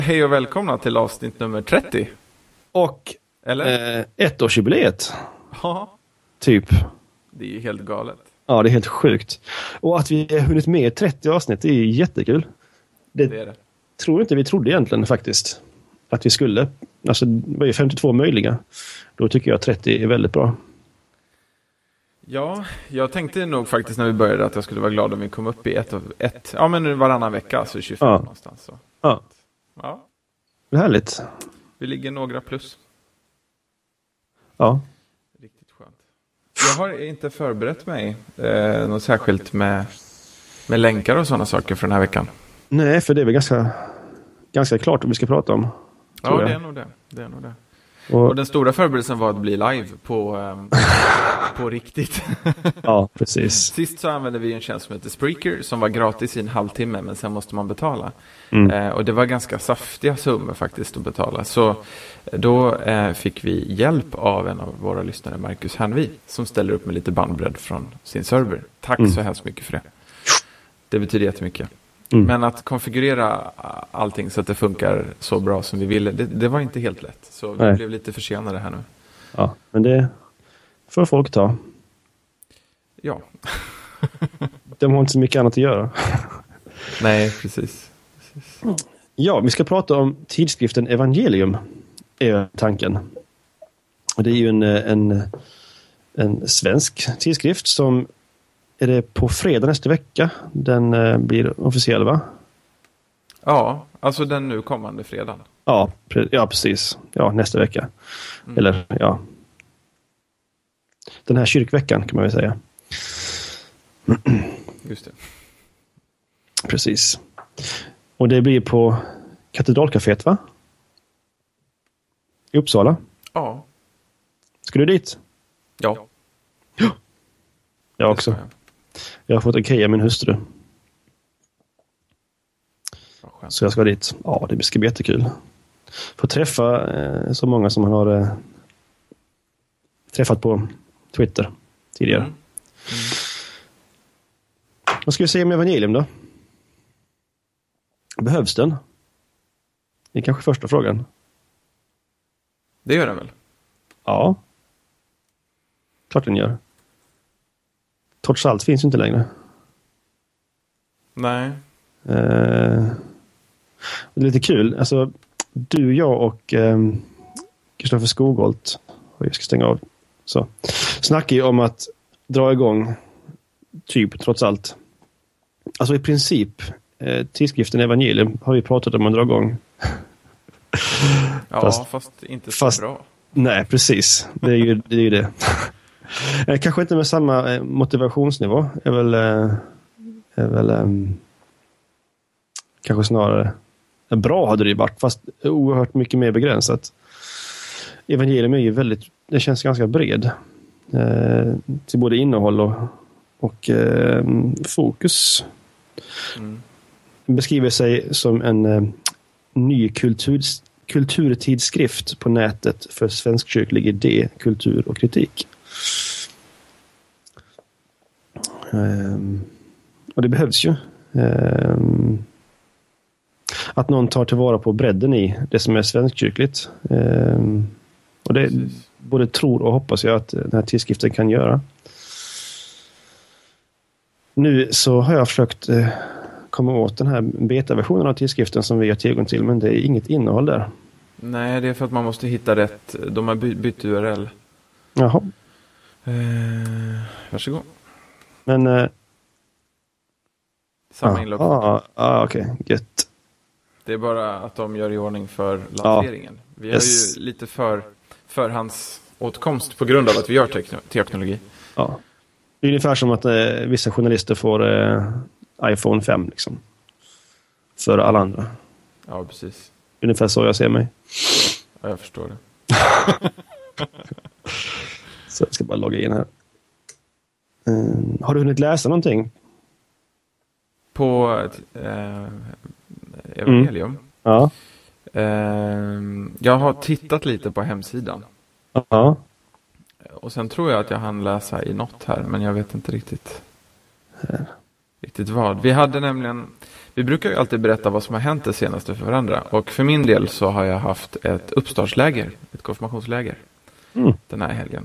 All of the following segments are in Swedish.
Hej och välkomna till avsnitt nummer 30. Och ettårsjubileet. Ja. Typ. Det är ju helt galet. Ja, det är helt sjukt. Och att vi har hunnit med 30 avsnitt, det är jättekul. Det är det. Tror inte vi trodde egentligen faktiskt. Att vi skulle. Alltså, det var ju 52 möjliga. Då tycker jag 30 är väldigt bra. Ja, jag tänkte nog faktiskt när vi började att jag skulle vara glad om vi kom upp i ja men varannan vecka, alltså 25 någonstans. Så. Ja. Ja. Det är härligt. Vi ligger några plus. Ja. Riktigt skönt. Jag har inte förberett mig något särskilt med länkar och sådana saker för den här veckan. Nej, för det är väl ganska klart vad vi ska prata om. Ja, det är nog det. Och den stora förberedelsen var att bli live på riktigt. Ja, precis. Sist så använde vi en tjänst som heter Spreaker som var gratis i en halvtimme, men sen måste man betala. Och det var ganska saftiga summor faktiskt att betala. Så då fick vi hjälp av en av våra lyssnare, Marcus Hernvi, som ställer upp med lite bandbredd från sin server. Tack så hemskt mycket för det. Det betyder jättemycket. Men att konfigurera allting så att det funkar så bra som vi ville, det var inte helt lätt. Så vi blev lite försenade här nu. Ja, men det får folk ta. Ja. De har inte så mycket annat att göra. Nej, precis. Ja, vi ska prata om tidskriften Evangelium, är tanken. Och det är ju en svensk tidskrift som är det på fredag nästa vecka. Den blir officiell, va? Ja, alltså den nu kommande fredagen. Ja, precis. Ja, nästa vecka. Eller, ja. Den här kyrkveckan kan man väl säga. Just det. Precis. Och det blir på Katedralcaféet, va? I Uppsala. Ja. Ska du dit? Ja. Jag också. Jag har fått okej av min hustru. Så jag ska dit. Ja, det ska bli jättekul. Få träffa så många som han har träffat på Twitter tidigare. Vad ska vi säga om Evangelium då? Behövs den? Det är kanske första frågan. Det gör den väl? Ja. Klart den gör. Trots allt finns ju inte längre. Nej. Det är lite kul. Alltså, du, jag och Kristoffer Skogholt, och jag ska stänga av, så snackar ju om att dra igång typ trots allt. Alltså i princip tidskriften Evangelium har vi pratat om att dra igång. Ja, fast inte så bra. Nej, precis. Det är ju det. Kanske inte med samma motivationsnivå. Är väl kanske snarare bra hade det ju varit, fast oerhört mycket mer begränsat. Evangelium är ju det känns ganska bred till både innehåll och fokus. Beskriver sig som en ny kulturtidskrift på nätet för svenskkyrklig idé, kultur och kritik. Och det behövs ju. Att någon tar tillvara på bredden i det som är svenskkyrkligt. Och det både tror och hoppas jag att den här tidskriften kan göra. Nu så har jag försökt komma åt den här betaversionen av tidskriften som vi har tillgång till, men det är inget innehåll där. Nej, det är för att man måste hitta rätt. De har bytt URL. Jaha. Varsågod. Men samma inlogg. Okej. Gött. Det är bara att de gör i ordning för lanseringen. Vi har ju lite förhandsåtkomst på grund av att vi gör teknologi. Ja. Det är ungefär som att vissa journalister får iPhone 5 liksom. För alla andra. Ja, precis. Ungefär så jag ser mig. Ja, jag förstår det. Så jag ska bara logga in här. Har du hunnit läsa någonting? På Evangelium? Ja. Jag har tittat lite på hemsidan. Ja. Och sen tror jag att jag hann läsa i något här, men jag vet inte riktigt. Riktigt vad? Vi brukar ju alltid berätta vad som har hänt det senaste för varandra. Och för min del så har jag haft ett uppstartsläger, ett konfirmationsläger den här helgen.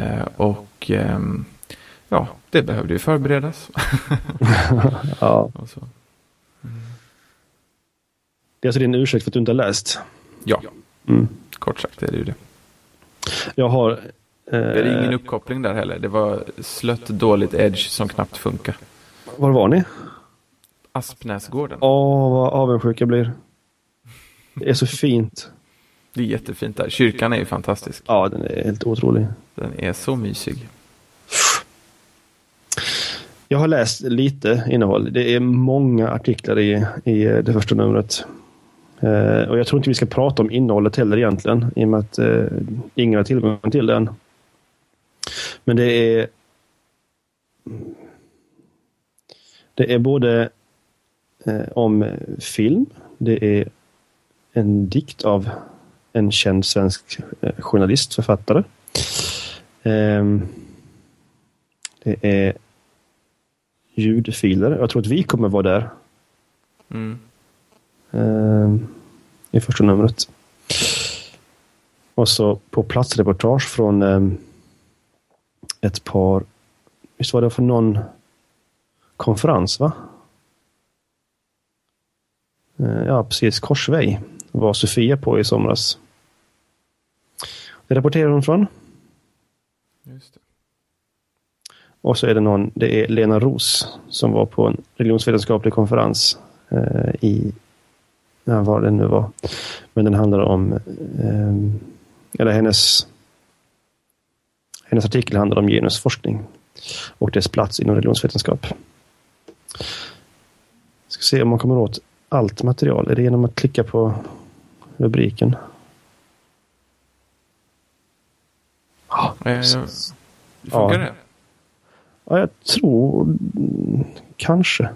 Ja, det behövde ju förberedas. Ja. Och så. Det är alltså din ursäkt för att du inte har läst? Ja, kort sagt är det ju det. Jag har... Det är ingen uppkoppling där heller. Det var slött dåligt edge som knappt funkar. Var var ni? Aspnäsgården. Vad avundsjuk jag blir. Det är så fint. Det är jättefint där. Kyrkan är ju fantastisk. Ja, den är helt otrolig. Den är så mysig. Jag har läst lite innehåll. Det är många artiklar i det första numret. Och jag tror inte vi ska prata om innehållet heller egentligen. I och med att ingen har tillgång till den. Men det är både om film. Det är en dikt av en känd svensk journalist, författare. Det är ljudfiler. Jag tror att vi kommer vara där. I första numret. Och så på platsreportage från ett par, visst var det för någon konferens, va? Ja, precis. Korsväg var Sofia på i somras. Det rapporterar hon från. Just det. Och så är det är Lena Ros som var på en religionsvetenskaplig konferens vad det nu var. Men den handlar om hennes artikel handlar om genusforskning och dess plats inom religionsvetenskap. Ska se om man kommer åt allt material. Är det genom att klicka på rubriken? Funkar det? Ja, jag tror kanske.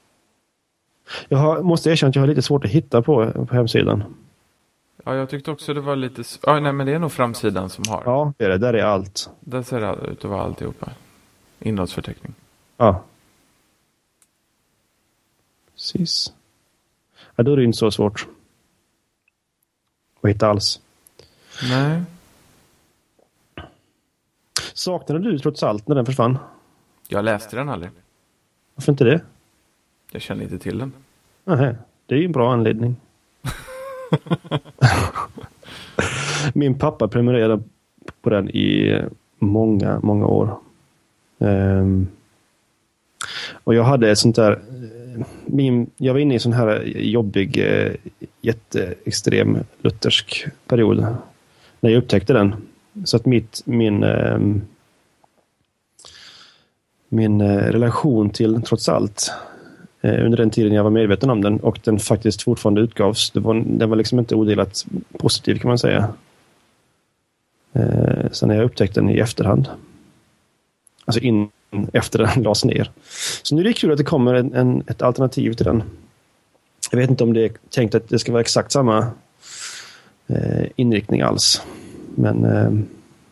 Jag måste erkänna att jag har lite svårt att hitta på hemsidan. Ja, jag tyckte också det var lite... nej, men det är nog framsidan som har. Ja, det är det. Där är allt. Där ser det ut att vara alltihopa. Innehållsförteckning. Ja. Precis. Ja, då är det inte så svårt att hitta alls. Nej. Saknade du trots allt när den försvann? Jag läste den aldrig. Varför inte det? Jag känner inte till den. Nej, det är ju en bra anledning. Min pappa prenumererade på den i många, många år. Och jag hade ett sånt där... jag var inne i en sån här jobbig, jätteextrem luthersk period. När jag upptäckte den. Så att min relation till trots allt under den tiden jag var medveten om den och den faktiskt fortfarande utgavs. Den var liksom inte odelat positiv, kan man säga. Så när jag upptäckte den i efterhand. Alltså efter den lades ner. Så nu är det kul att det kommer ett alternativ till den. Jag vet inte om det är tänkt att det ska vara exakt samma inriktning alls. Men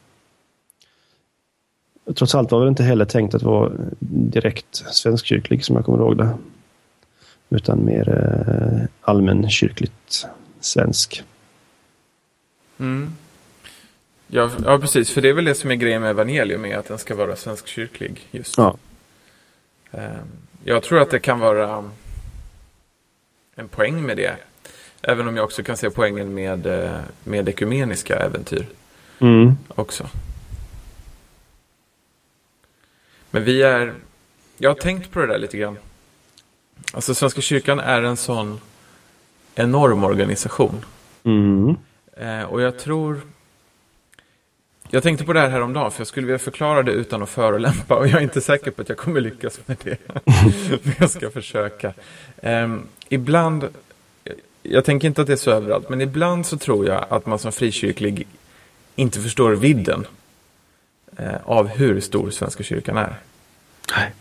trots allt var det inte heller tänkt att vara direkt svenskkyrklig som jag kommer ihåg det. Utan mer allmänkyrkligt svensk. Ja, precis. För det är väl det som är grejen med evangelium, är att den ska vara svenskkyrklig just. Ja. Jag tror att det kan vara en poäng med det. Även om jag också kan se poängen med ekumeniska äventyr också. Men jag har tänkt på det där lite grann. Alltså Svenska kyrkan är en sån enorm organisation. Och jag tänkte på det här häromdagen, för jag skulle vilja förklara det utan att förolämpa, och jag är inte säker på att jag kommer lyckas med det. Men jag ska försöka. Ibland, jag tänker inte att det är så överallt, men ibland så tror jag att man som frikyrklig inte förstår vidden av hur stor Svenska kyrkan är. Nej.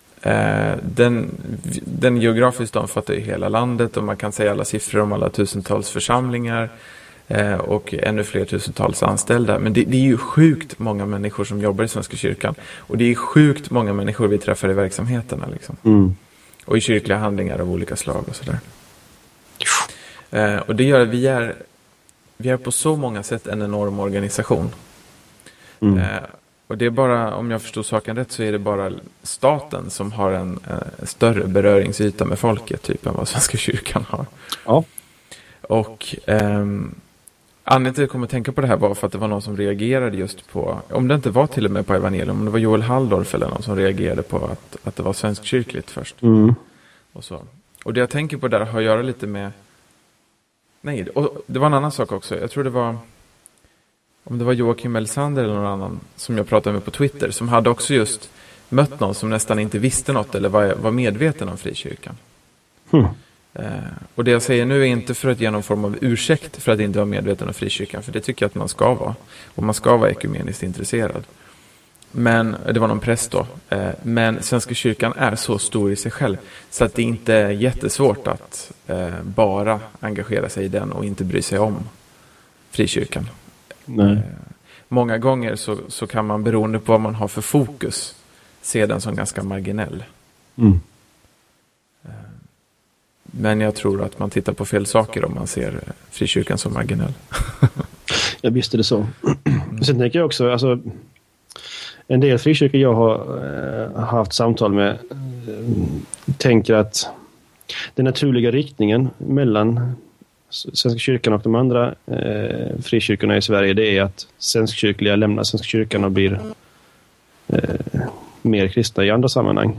Den geografiskt omfattar ju hela landet, och man kan säga alla siffror om alla tusentals församlingar och ännu fler tusentals anställda. Men det är ju sjukt många människor som jobbar i Svenska kyrkan, och det är sjukt många människor vi träffar i verksamheterna liksom. Och i kyrkliga handlingar av olika slag och sådär. Och det gör att vi är på så många sätt en enorm organisation. Och det är bara, om jag förstår saken rätt, så är det bara staten som har en större beröringsyta med folket typ än vad Svenska kyrkan har. Ja. Och anledningen till att jag kommer att tänka på det här var för att det var någon som reagerade just på, om det inte var till och med på evangelium, om det var Joel Halldorf eller någon som reagerade på att det var svenskkyrkligt först. Och så. Och det jag tänker på där har att göra lite med, nej, och det var en annan sak också. Jag tror det var, om det var Joakim Elsander eller någon annan som jag pratade med på Twitter, som hade också just mött någon som nästan inte visste något eller var medveten om frikyrkan. Och det jag säger nu är inte för att ge någon form av ursäkt för att inte vara medveten om frikyrkan, för det tycker jag att man ska vara. Och man ska vara ekumeniskt intresserad. Men, det var någon präst då, men Svenska kyrkan är så stor i sig själv så att det inte är jättesvårt att bara engagera sig i den och inte bry sig om frikyrkan. Nej. Många gånger så kan man, beroende på vad man har för fokus, se den som ganska marginell. Men jag tror att man tittar på fel saker om man ser frikyrkan som marginell. Jag visste det så. Sen tänker jag också, alltså, en del frikyrkor jag har haft samtal med tänker att den naturliga riktningen mellan Svenska kyrkan och de andra frikyrkorna i Sverige, det är att svenskkyrkliga lämnar Svenska kyrkan och blir mer kristna i andra sammanhang.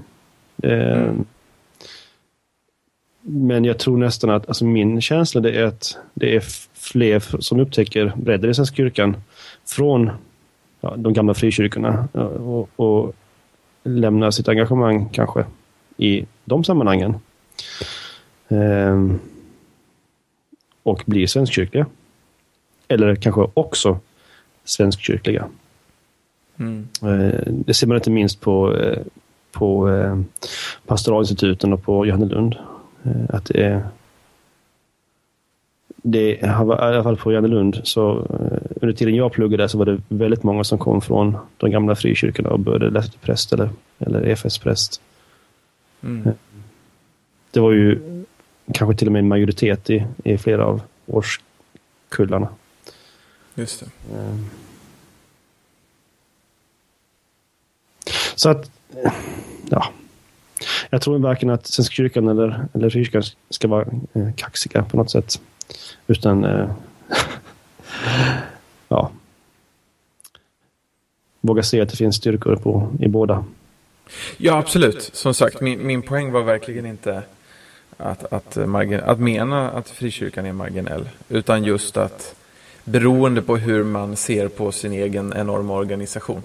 Men jag tror nästan att, alltså min känsla det är att det är fler som upptäcker bredden i Svenska kyrkan från de gamla frikyrkorna och lämnar sitt engagemang kanske i de sammanhangen. Och blir svenskkyrkliga. Eller kanske också svenskkyrkliga. Det ser man inte minst på pastoralinstituten och på Johannelund. Att det har, i alla fall på Johannelund, så under tiden jag pluggade där så var det väldigt många som kom från de gamla frikyrkorna och började läsa till präst eller EFS-präst. Det var ju kanske till och med en majoritet i flera av årskullarna. Just det. Så att, ja. Jag tror varken att Svenska kyrkan eller frikyrkan ska vara kaxiga på något sätt. Utan ja. Våga se att det finns styrkor i båda. Ja, absolut. Som sagt, min poäng var verkligen inte att mena att frikyrkan är marginell, utan just att beroende på hur man ser på sin egen enorma organisation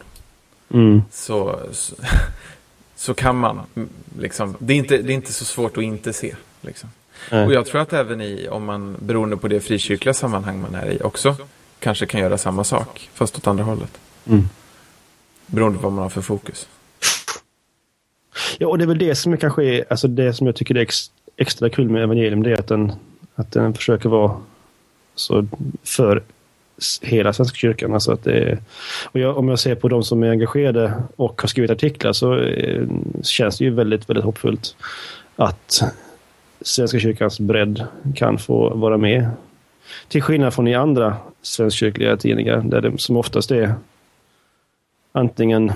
så kan man liksom, det är inte så svårt att inte se liksom. Och jag tror att även om man, beroende på det frikyrkliga sammanhang man är i, också kanske kan göra samma sak fast åt andra hållet. Beroende på vad man har för fokus. Ja, och det är väl det som kanske är, alltså det som jag tycker är extra kul med evangelium, det är att den försöker vara så för hela Svenska kyrkan. Alltså att om jag ser på de som är engagerade och har skrivit artiklar, så känns det ju väldigt, väldigt hoppfullt att Svenska kyrkans bredd kan få vara med. Till skillnad från i andra svenskkyrkliga tidningar där det som oftast är antingen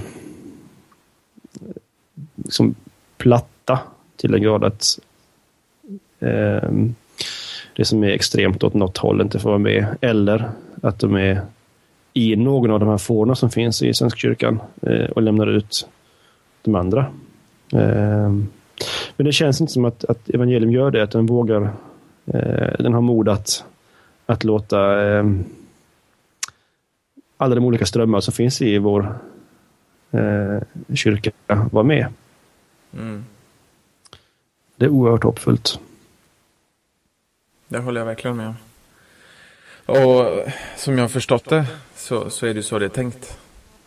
liksom platta till en grad att det som är extremt åt något håll inte får vara med, eller att de är i någon av de här fårorna som finns i Svenska kyrkan och lämnar ut de andra. Men det känns inte som att evangelium gör det, att den vågar, den har mod att låta alla de olika strömmar som finns i vår kyrka vara med. Det är oerhört hoppfullt. Det håller jag verkligen med om. Och som jag har förstått det så är det så det är tänkt.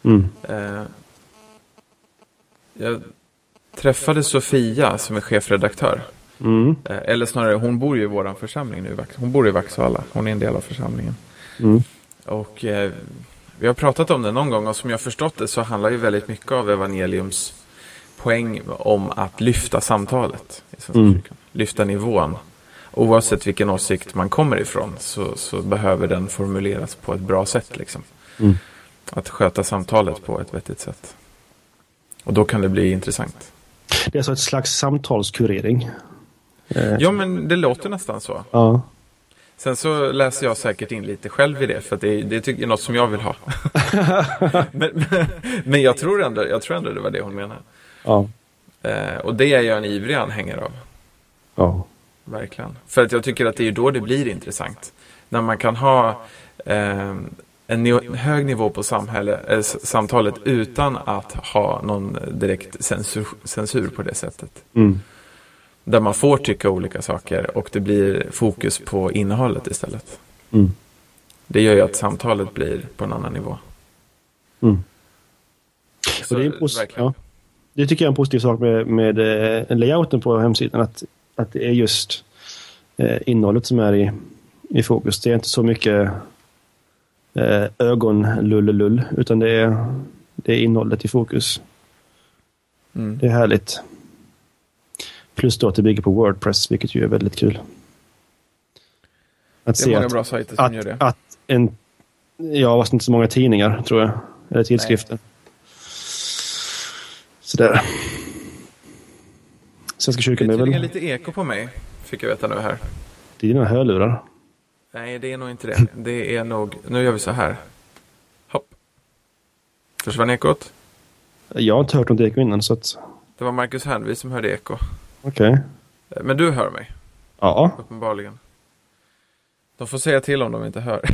Jag träffade Sofia som är chefredaktör. Eller snarare, hon bor ju i våran församling nu. Hon bor i Vaxhalla. Hon är en del av församlingen. Och vi har pratat om det någon gång, och som jag har förstått det så handlar ju väldigt mycket av evangeliums poäng om att lyfta samtalet i Svenska kyrkan. Lyfta nivån. Oavsett vilken åsikt man kommer ifrån så behöver den formuleras på ett bra sätt. Liksom. Att sköta samtalet på ett vettigt sätt. Och då kan det bli intressant. Det är alltså ett slags samtalskurering. Ja, men det låter nästan så. Ja. Sen så läser jag säkert in lite själv i det. För att det är något som jag vill ha. men jag tror ändå det var det hon menar. Ja. Och det är jag en ivrig anhängare av. Ja. Verkligen. För att jag tycker att det är då det blir intressant. När man kan ha en hög nivå på samtalet utan att ha någon direkt censur på det sättet. Där man får tycka olika saker och det blir fokus på innehållet istället. Det gör ju att samtalet blir på en annan nivå. Så, och det tycker jag är en positiv sak med layouten på hemsidan. Att det är just innehållet som är i fokus. Det är inte så mycket ögonlull, utan det är innehållet i fokus. Det är härligt. Plus då att det bygger på WordPress, vilket ju är väldigt kul. Det är många bra sajter som gör det. Fast inte så många tidningar, tror jag. Eller tidskrifter. Sådär. Svenska kyrkan är väl... Det är lite eko på mig, fick jag veta nu här. Det är dina hörlurar. Nej, det är nog inte det. Det är nog... Nu gör vi så här. Hopp. Försvann ekot? Jag har inte hört något eko innan, så att... Det var Marcus Hernvi som hörde eko. Okej. Men du hör mig? Ja. Uppenbarligen. De får säga till om de inte hör.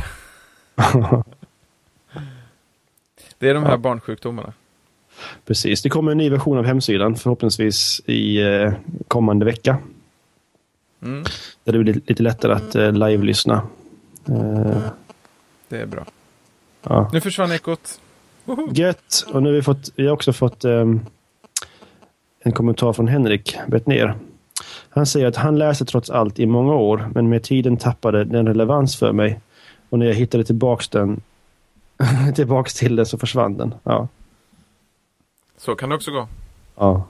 Det är de här barnsjukdomarna. Precis. Det kommer en ny version av hemsidan förhoppningsvis i kommande vecka. Där det blir lite lättare att live-lyssna. Det är bra. Ja. Nu försvann ekot. Gött. Och nu har vi har också fått en kommentar från Henrik Bettner. Han säger att han läste trots allt i många år, men med tiden tappade den relevans för mig. Och när jag hittade tillbaks till den så försvann den. Ja. Så kan det också gå. Ja.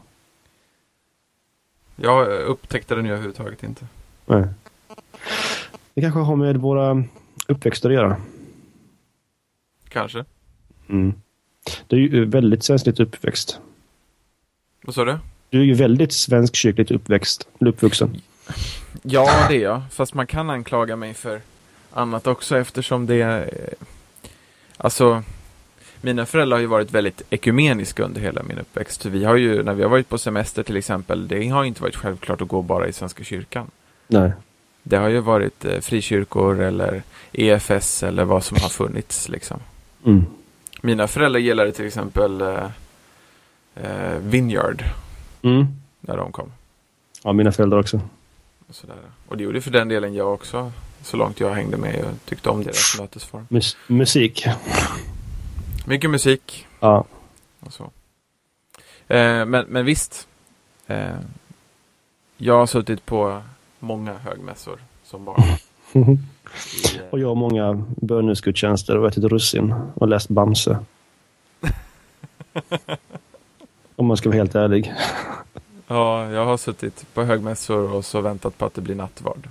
Jag upptäckte den ju överhuvudtaget inte. Nej. Det kanske har med våra uppväxter att göra. Kanske. Du är ju väldigt svenskligt uppväxt. Vad sa du? Du är ju väldigt svenskkyrkligt uppvuxen. Ja, det är jag. Fast man kan anklaga mig för annat också eftersom det är... Alltså... Mina föräldrar har ju varit väldigt ekumeniska under hela min uppväxt. Vi har ju, när vi har varit på semester till exempel, det har inte varit självklart att gå bara i Svenska kyrkan. Nej. Det har ju varit frikyrkor eller EFS eller vad som har funnits liksom. Mina föräldrar gillade till exempel Vineyard när de kom. Ja, mina föräldrar också. Och, sådär. Och det gjorde för den delen jag också, så långt jag hängde med och tyckte om deras mötesform. Musik. Mycket musik. Ja. Och så. Men visst. Jag har suttit på många högmässor som barn. Och jag har många bönhusgudstjänster och ätit russin och läst Bamse. Om man ska vara helt ärlig. Ja, jag har suttit på högmässor och så väntat på att det blir nattvard.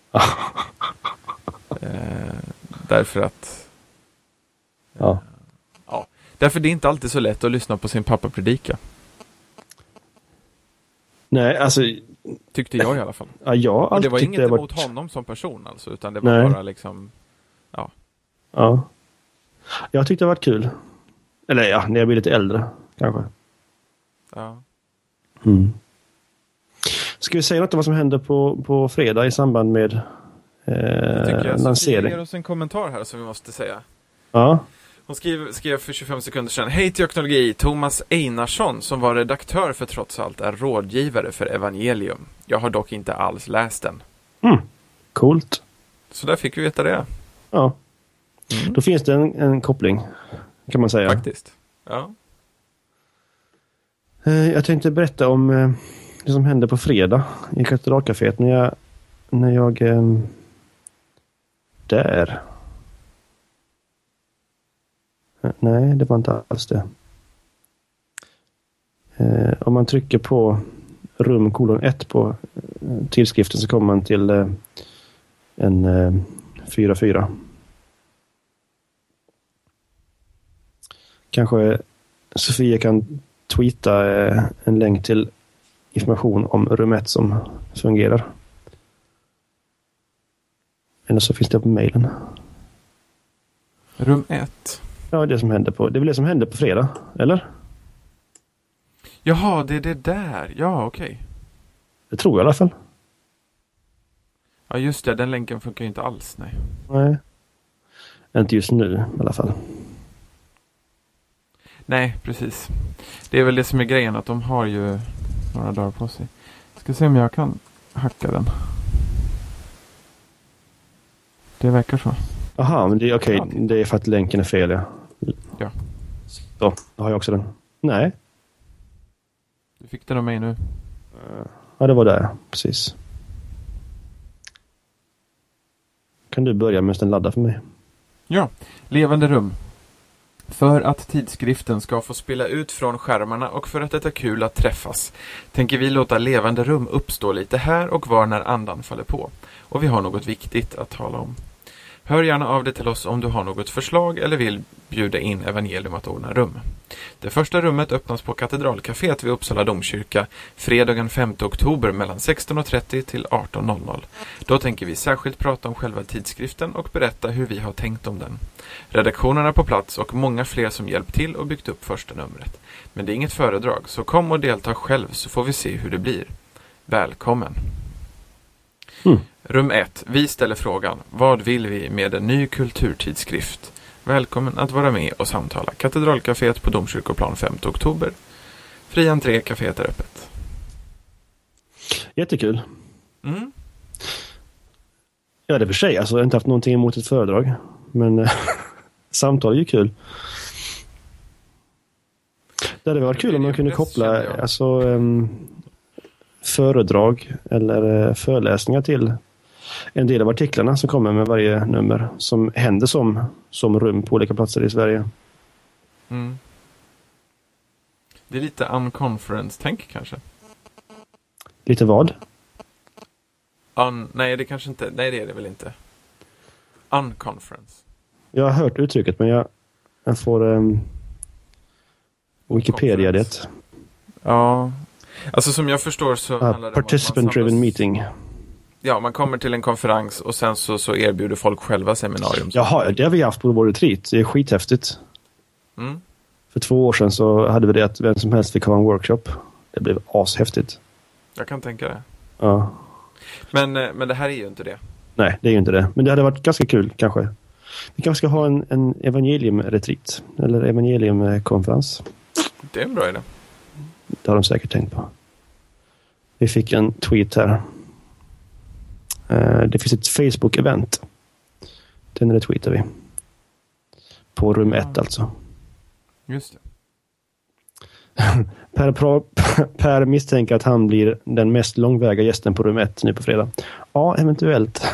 Därför att... Ja. Därför det är inte alltid så lätt att lyssna på sin pappa predika. Nej, alltså... Tyckte jag i alla fall. Ja, jag och det var inget emot honom som person alltså, utan det var bara liksom... Ja. Ja. Jag tyckte det var kul. Eller ja, när jag blir lite äldre, kanske. Ja. Ska vi säga något om vad som händer på fredag i samband med lansering? Sofie ger oss en kommentar här som vi måste säga. Ja. Hon skrev för 25 sekunder sedan: Hej Teoknologi, Thomas Einarsson som var redaktör för Trots allt är rådgivare för Evangelium. Jag har dock inte alls läst den. Coolt. Så där fick vi veta det. Ja. Då finns det en koppling, kan man säga. Faktiskt. Ja. Jag tänkte berätta om det som hände på fredag i Katedralcaféet när jag där. Nej, det var inte alls det. Om man trycker på rum :1 på tidskriften så kommer man till en 4:4. Kanske Sofia kan tweeta en länk till information om rum 1 som fungerar. Eller så finns det på mejlen. Rum 1? Ja, det är väl det som händer på fredag, eller? Jaha, det är det där. Ja, okej. Det tror jag i alla fall. Ja, just det. Den länken funkar ju inte alls, nej. Nej. Inte just nu i alla fall. Nej, precis. Det är väl det som är grejen, att de har ju några dagar på sig. Ska se om jag kan hacka den. Det verkar så. Aha, men det är okej. Det är för att länken är fel, ja. Ja. Så, då har jag också den. Nej. Du fick den av mig nu. Ja, det var där. Precis. Kan du börja med den ladda för mig? Ja, levande rum. För att tidskriften ska få spela ut från skärmarna och för att det är kul att träffas tänker vi låta levande rum uppstå lite här och var när andan faller på. Och vi har något viktigt att tala om. Hör gärna av dig till oss om du har något förslag eller vill bjuda in Evangelium att ordna rum. Det första rummet öppnas på Katedralcaféet vid Uppsala domkyrka fredagen 5 oktober mellan 16:30 till 18:00. Då tänker vi särskilt prata om själva tidskriften och berätta hur vi har tänkt om den. Redaktionen är på plats och många fler som hjälpt till och byggt upp första numret. Men det är inget föredrag, så kom och delta själv så får vi se hur det blir. Välkommen! Rum 1. Vi ställer frågan: vad vill vi med en ny kulturtidskrift? Välkommen att vara med och samtala. Katedralcaféet på Domkyrkoplan 5 oktober. Fri entré, caféet är öppet. Jättekul. Ja, det är för sig. Alltså, jag har inte haft någonting emot ett föredrag. Men samtal är ju kul. Det hade varit kul om man kunde koppla föredrag eller föreläsningar till en del av artiklarna som kommer med varje nummer som händer som rum på olika platser i Sverige. Det är lite unconference-tänk kanske. Lite vad? Nej, det kanske inte. Nej, det är det väl inte. Unconference. Jag har hört uttrycket, men jag får Wikipedia det. Ja. Alltså som jag förstår så handlar det om participant-driven meeting. Ja, man kommer till en konferens och sen så erbjuder folk själva seminarium. Jaha, det har vi haft på vår retreat. Det är skithäftigt. För 2 år sedan så hade vi det att vem som helst fick ha en workshop. Det blev ashäftigt. Jag kan tänka det. Ja. Men det här är ju inte det. Nej, det är ju inte det. Men det hade varit ganska kul kanske. Vi kanske ska ha en evangelium-retreat. Eller evangelium-konferens. Det är en bra idé. Det har de säkert tänkt på. Vi fick en tweet här. Det finns ett Facebook-event. Den retweetar vi. På rum 1 alltså. Just det. Per misstänker att han blir den mest långväga gästen på rum 1 nu på fredag. Ja, eventuellt.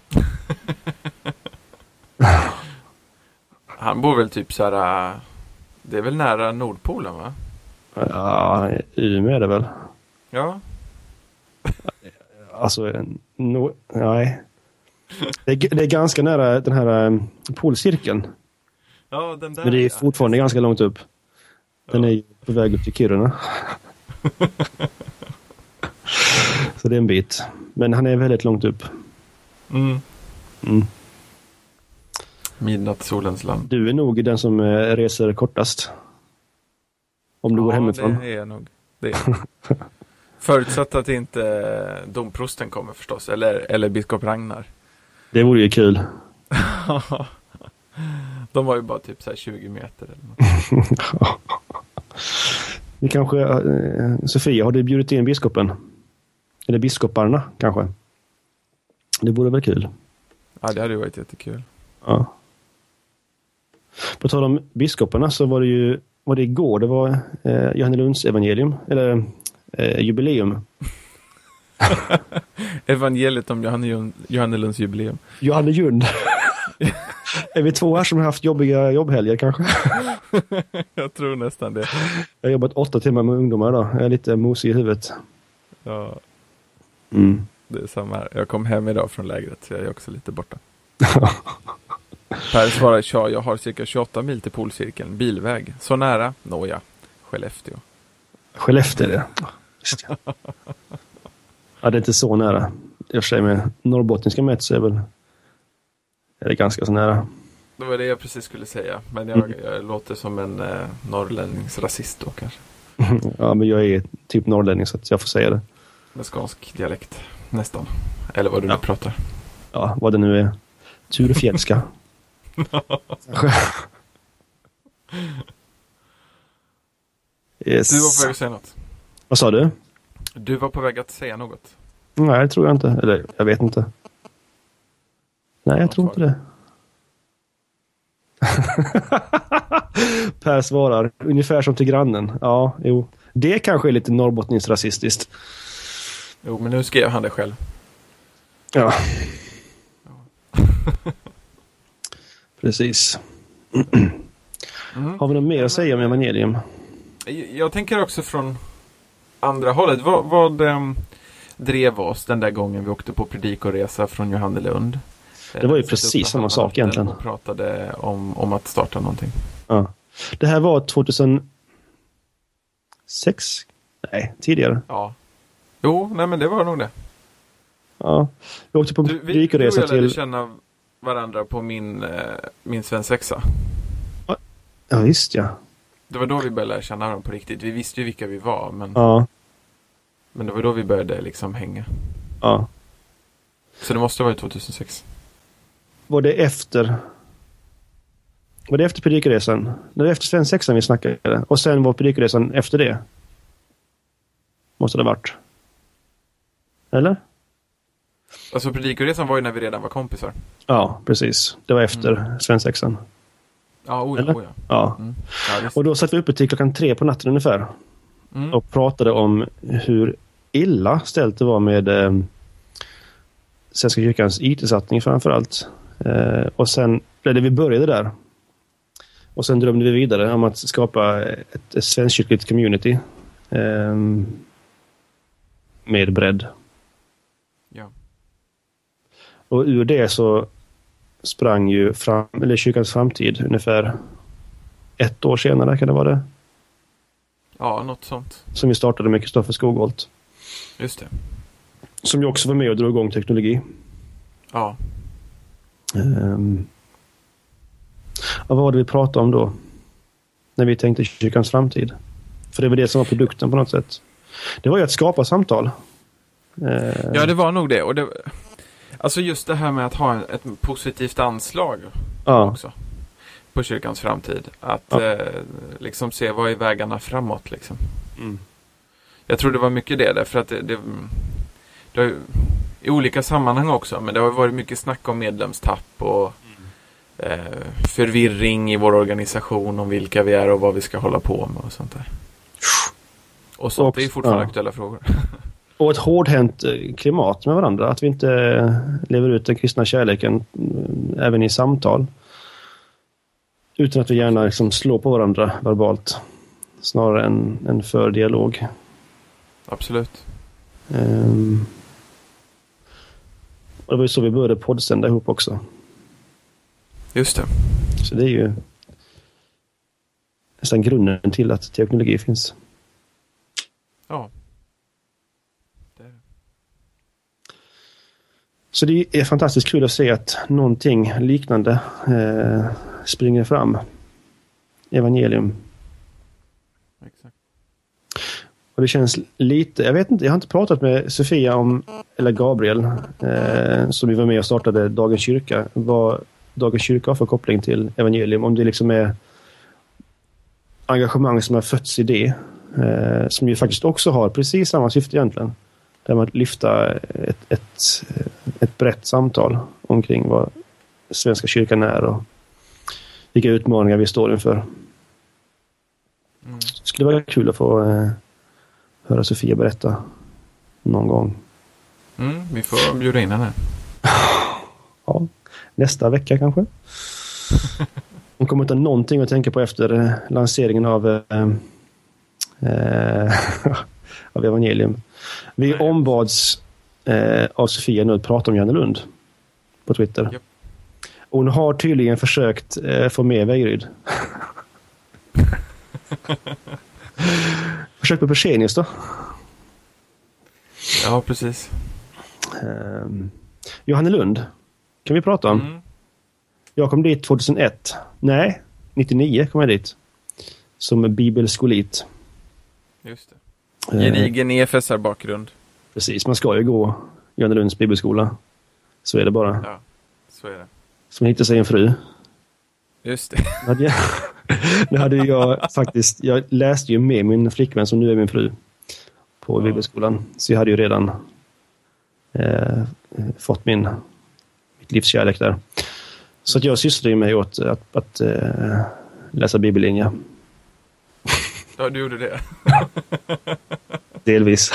Han bor väl typ så här. Det är väl nära Nordpolen, va? Ja, Umeå är det väl. Ja. Alltså, nej. Det är ganska nära den här polcirkeln. Ja, den där. Men det är fortfarande ganska långt upp. Den är på väg upp till Kiruna. Så det är en bit. Men han är väldigt långt upp. Midnattssolens land. Du är nog den som reser kortast. Om du går hemifrån. Det är jag nog. Det är. Förutsatt att inte domprosten kommer förstås. Eller biskop Ragnar. Det vore ju kul. De var ju bara typ så här 20 meter eller något. Vi kanske, Sofia, har du bjudit in biskopen? Eller biskoparna kanske? Det vore väl kul? Ja, det hade ju varit jättekul. Ja. På tal om biskoparna så var det igår, det var Johannelunds evangelium, eller jubileum. Evangeliet om Johannelunds jubileum. Johannelund. Är vi två här som har haft jobbiga jobbhelger kanske? Jag tror nästan det. Jag har jobbat 8 timmar med ungdomar idag. Jag är lite mosig i huvudet. Ja, Mm. det är samma här. Jag kom hem idag från lägret så jag är också lite borta. Per svarar, tja, jag har cirka 28 mil till polcirkeln. Bilväg. Så nära. Nåja. Skellefteå. Skellefteå är det. Just det. Ja, det är inte så nära. Jag säger med norrbottniska mätt så är det ganska så nära. Det var det jag precis skulle säga. Men jag låter som en norrlänningsrasist då kanske. Ja, men jag är typ norrlänning så att jag får säga det. Med skånsk dialekt. Nästan. Eller vad du nu pratar. Ja, vad det nu är. Turfjällska. Yes. Du var på väg att säga något. Vad sa du? Du var på väg att säga något. Nej, det tror jag inte. Eller, jag vet inte. Nej, jag tror inte det. Per svarar, ungefär som till grannen. Ja, jo. Det kanske är lite norrbottningsrasistiskt. Jo, men nu skrev han det själv. Ja. Precis. Har vi något mer att säga om evangelium? Jag tänker också från andra hållet. Vad drev oss den där gången vi åkte på predikoresa från Johannelund? Det var ju precis samma sak egentligen. Och pratade om att starta någonting. Ja. Det här var 2006? Nej, tidigare. Ja. Jo, nej men det var nog det. Ja. Vi åkte på predikoresa till... Vi känna varandra på min svensexa. Ja, visst ja. Det var då vi började lära känna varandra på riktigt. Vi visste ju vilka vi var, men... Ja. Men det var då vi började liksom hänga. Ja. Så det måste ha varit 2006. Var det efter predikoresan? Det var efter svensexan vi snackade. Och sen var predikoresan efter det. Måste det ha varit. Eller? Alltså predikoresan var ju när vi redan var kompisar. Ja, precis. Det var efter svensexan. Ja, Eller? Ja. Ja, och då satt vi uppe till 3:00 på natten ungefär. Och pratade om hur illa ställt det var med Svenska kyrkans IT-satsning framförallt. Och sen vi började där. Och sen drömde vi vidare om att skapa ett svenskkyrkligt community med bredd. Ja. Och ur det så sprang ju kyrkans framtid ungefär 1 år senare, kan det vara det? Ja, något sånt. Som vi startade med Kristoffer Skogholt. Just det. Som ju också var med och drog igång teknologi. Ja. Vad var det vi pratade om då? När vi tänkte kyrkans framtid. För det var det som var produkten på något sätt. Det var ju att skapa samtal. Ja, det var nog det. Och alltså just det här med att ha ett positivt anslag också på kyrkans framtid. Att liksom se vad är vägarna framåt liksom. Jag tror det var mycket det därför att det har, i olika sammanhang också, men det har varit mycket snack om medlemstapp och förvirring i vår organisation om vilka vi är och vad vi ska hålla på med och sånt där. Och sånt är fortfarande aktuella frågor. Och ett hårdhänt klimat med varandra. Att vi inte lever ut den kristna kärleken även i samtal. Utan att vi gärna liksom slår på varandra verbalt. Snarare än för dialog. Absolut. Och det var ju så vi började poddsända ihop också. Just det. Så det är ju nästan grunden till att teknologi finns. Ja. Så det är fantastiskt kul att se att någonting liknande springer fram. Evangelium. Exakt. Och det känns lite, jag vet inte, jag har inte pratat med Sofia eller Gabriel som vi var med och startade Dagens kyrka. Vad Dagens kyrka har för koppling till evangelium. Om det liksom är engagemang som har fötts i det. Som ju faktiskt också har precis samma syfte egentligen. Där man lyfta ett brett samtal omkring vad Svenska kyrkan är och vilka utmaningar vi står inför. Det skulle vara kul att få höra Sofia berätta någon gång. Vi får bjuda in henne. Ja, nästa vecka kanske. Hon kommer inte ha någonting att tänka på efter lanseringen av av evangelium. Vi ombads av Sofia nu att prata om Johannelund på Twitter. Yep. Hon har tydligen försökt få med Wäjeryd. Försök på Persenius då. Ja, precis. Johannelund kan vi prata om. Jag kom dit 2001. Nej, 99 kom jag dit. Som bibelskolit. Just det. Gedigen EFSR-bakgrund. Precis, man ska ju gå Johannelunds bibelskola. Så är det bara. Ja, så är det. Som hittar sig en fru. Just det. Nu hade jag faktiskt, jag läste ju med min flickvän som nu är min fru på bibelskolan. Så jag hade ju redan fått mitt livskärlek där. Så att jag sysslade ju mig åt att läsa bibellinje. Ja, du gjorde det. Delvis.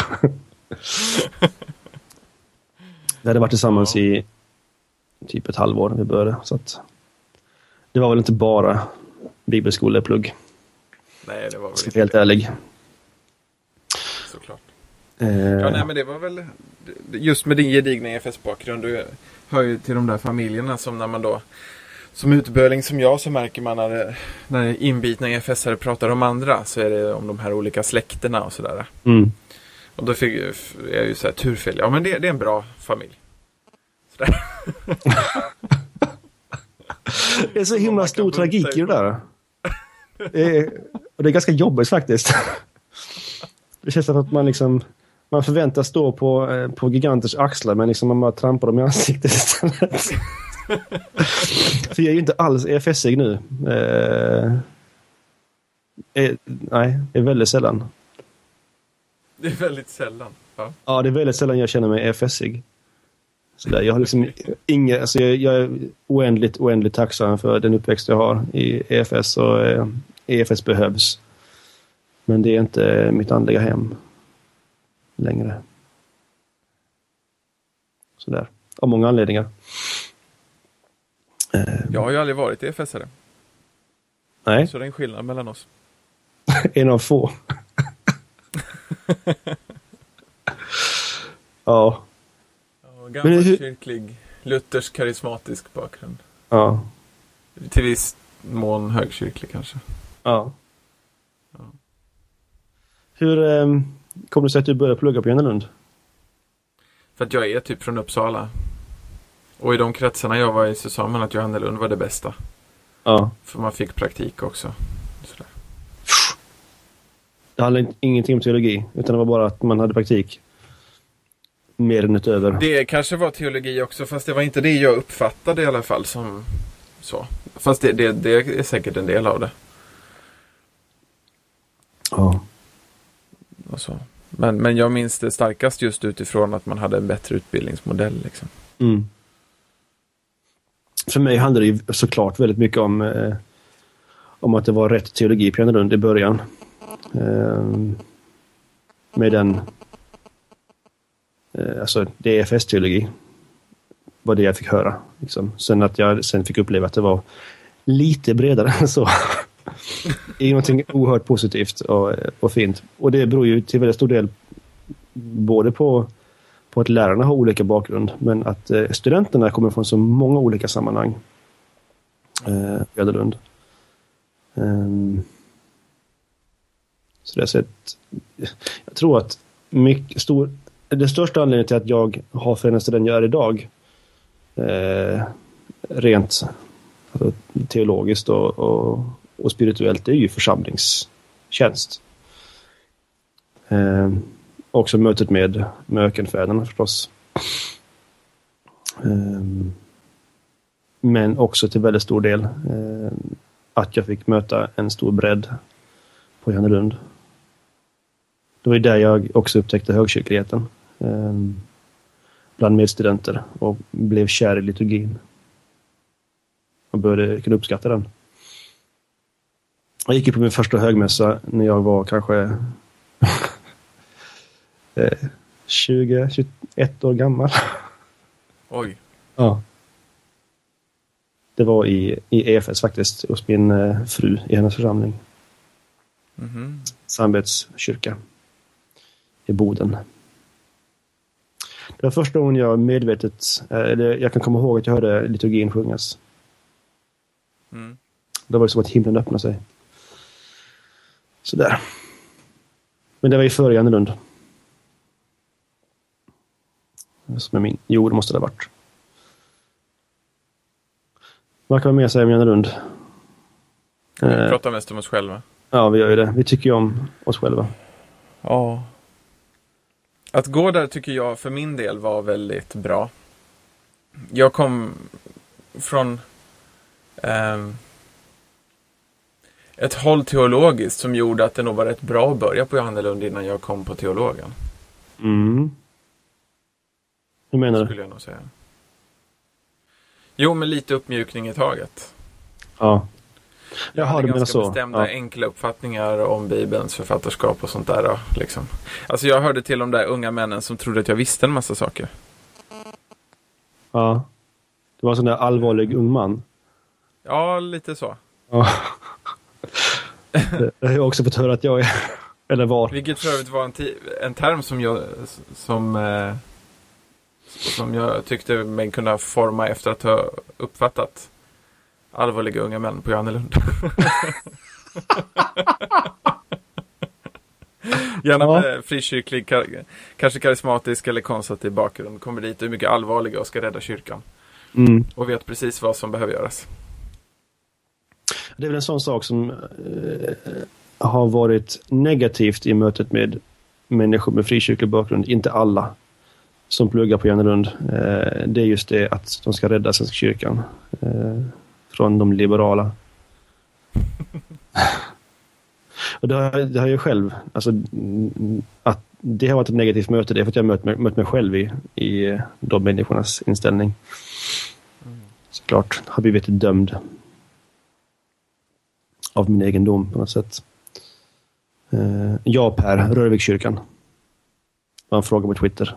Vi hade varit tillsammans i typ ett halvår när vi började. Så att det var väl inte bara bibelskoleplugg. Nej, det var väl inte. Helt ärlig. Såklart. Ja, nej, men det var väl just med din gedigna EFS-bakgrund. Du hör ju till de där familjerna som när man då som utböling som jag så märker man när inbitna EFS-are pratar om andra så är det om de här olika släkterna och sådär. Mm. Och då fick jag ju så här turfel. Ja, men det är en bra familj. Sådär. Det är så himla stor tragik i det där. Och det är ganska jobbigt faktiskt. Det känns som att man förväntas stå på giganters axlar men liksom man bara trampar dem i ansiktet istället. För jag är ju inte alls EFS-ig nu. Nej, det är väldigt sällan. Det är väldigt sällan. Ja, det är väldigt sällan jag känner mig EFS-ig. Så där, jag har liksom jag är oändligt tacksam för den uppväxt jag har i EFS och EFS behövs. Men det är inte mitt andliga hem längre. Så där. Av många anledningar. Jag har ju aldrig varit EFS-are. Nej. Så det är en skillnad mellan oss. En av få. Ja. Gammal kyrklig, luthersk karismatisk bakgrund. Ja. Till viss mån högkyrklig kanske. Ja. Hur kom det sig att du började plugga på Johannelund? För att jag är typ från Uppsala. Och i de kretsarna jag var i så sa man att Johannelund var det bästa. Ja. För man fick praktik också. Sådär. Det handlade ingenting om teologi, utan det var bara att man hade praktik. Mer än utöver. Det kanske var teologi också, fast det var inte det jag uppfattade i alla fall som så. Fast det är säkert en del av det. Ja. Och så. Men jag minns det starkast just utifrån att man hade en bättre utbildningsmodell. Liksom. Mm. För mig handlade det ju såklart väldigt mycket om att det var rätt teologi på Johannelund i början. Med den alltså DFS-teologi var det jag fick höra. Liksom. Sen att jag fick uppleva att det var lite bredare än så. Det är någonting oerhört positivt och fint. Och det beror ju till väldigt stor del både på att lärarna har olika bakgrund men att studenterna kommer från så många olika sammanhang. Johannelund. Så det är sett. Jag tror att den största anledningen till att jag har förändrats till den jag är idag rent alltså, teologiskt och spirituellt, det är ju församlingstjänst. Också mötet med ökenfäderna förstås. Men också till väldigt stor del att jag fick möta en stor bredd på Johannelund. Det var där jag också upptäckte högkyrkligheten bland medstudenter och blev kär i liturgin. Och började kunna uppskatta den. Jag gick på min första högmässa när jag var kanske 20-21 år gammal. Oj. Ja. Det var i EFS faktiskt, hos min fru i hennes församling. Samvetskyrka i Boden. Det var första gången jag medvetet, jag kan komma ihåg att jag hörde liturgin sjungas. Det var ju som att himlen öppnade sig. Sådär. Men det var ju före Johannelund. Som är min. Jo, det måste det ha varit. Vad kan man mer säga om Johannelund? Vi pratar mest om oss själva. Ja, vi gör ju det. Vi tycker ju om oss själva. Ja. Att gå där tycker jag för min del var väldigt bra. Jag kom från ett håll teologiskt som gjorde att det nog var rätt bra att börja på Johannelund innan jag kom på teologen. Hur menar du? Skulle jag nog säga. Jo, med lite uppmjukning i taget. Ja. Jag hade ganska bestämda, enkla uppfattningar om Bibelns författarskap och sånt där. Då, liksom. Alltså jag hörde till de där unga männen som trodde att jag visste en massa saker. Ja. Det var en sån där allvarlig ung man. Ja, lite så. Ja. Det har jag också fått höra att jag är. Eller var. Vilket för övrigt var en term som jag tyckte mig kunna forma efter att ha uppfattat allvarliga unga män på Johannelund. Gärna frikyrklig, kanske karismatisk eller konservativ bakgrund. Kommer dit och är mycket allvarliga och ska rädda kyrkan. Och vet precis vad som behöver göras. Det är väl en sån sak som har varit negativt i mötet med människor med frikyrklig bakgrund. Inte alla som pluggar på Johannelund. Det är just det att de ska rädda Svenska kyrkan från de liberala. Och det har jag ju själv, alltså, att det har varit ett negativt möte, det är för att jag mött mig själv i de människornas inställning. Såklart har blivit dömd av min egendom på något sätt. Ja, Per, Rörvikskyrkan var en fråga på Twitter.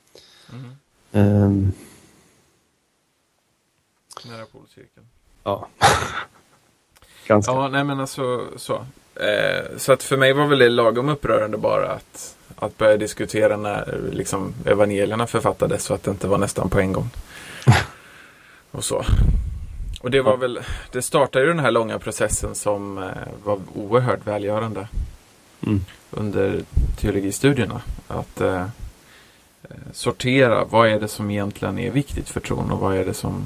Nära polcirkeln. Ja. Ganska. Ja, nej men alltså så. Så att för mig var väl det lagom upprörande bara att börja diskutera när liksom evangelierna författades så att det inte var nästan på en gång. Och så. Och det var väl, det startade ju den här långa processen som var oerhört välgörande under teologistudierna. Att sortera, vad är det som egentligen är viktigt för tron och vad är det som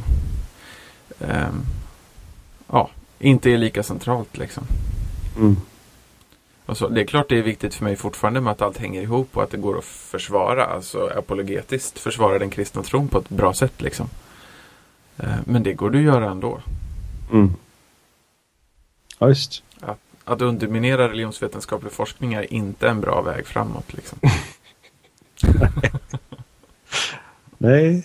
inte är lika centralt liksom. Och så, det är klart det är viktigt för mig fortfarande med att allt hänger ihop och att det går att försvara, alltså apologetiskt försvara den kristna tron på ett bra sätt liksom. Men det går du att göra ändå. Ja, just. Att underminera religionsvetenskaplig forskning är inte en bra väg framåt liksom. Nej.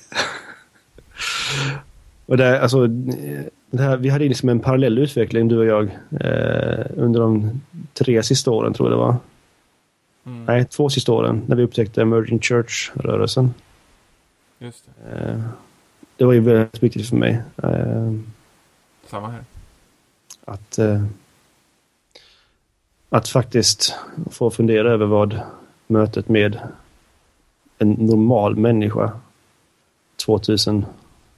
Och det, alltså, det här, vi hade liksom en parallell utveckling, du och jag, under de 3 sista åren, tror jag det var. Nej, 2 sista åren, när vi upptäckte Emerging Church-rörelsen. Just det. Det var ju väldigt viktigt för mig. Samma här. Att faktiskt få fundera över vad mötet med en normal människa 2006,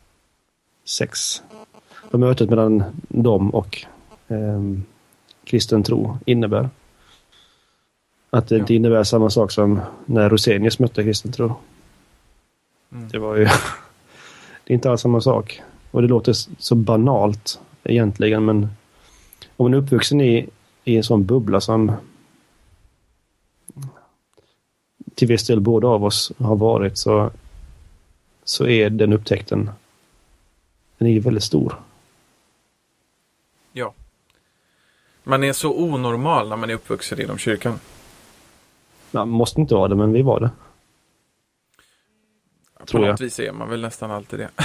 vad mötet mellan dem och kristen tro innebär. Att det inte innebär samma sak som när Rosenius mötte kristen tro. Det var ju det är inte alls samma sak. Och det låter så banalt egentligen, men om man är uppvuxen i en sån bubbla som till viss del båda av oss har varit, så är den upptäckten, den är ju väldigt stor. Ja. Man är så onormal när man är uppvuxen inom kyrkan. Man måste inte vara det, men vi var det. På något vis är man väl nästan alltid det.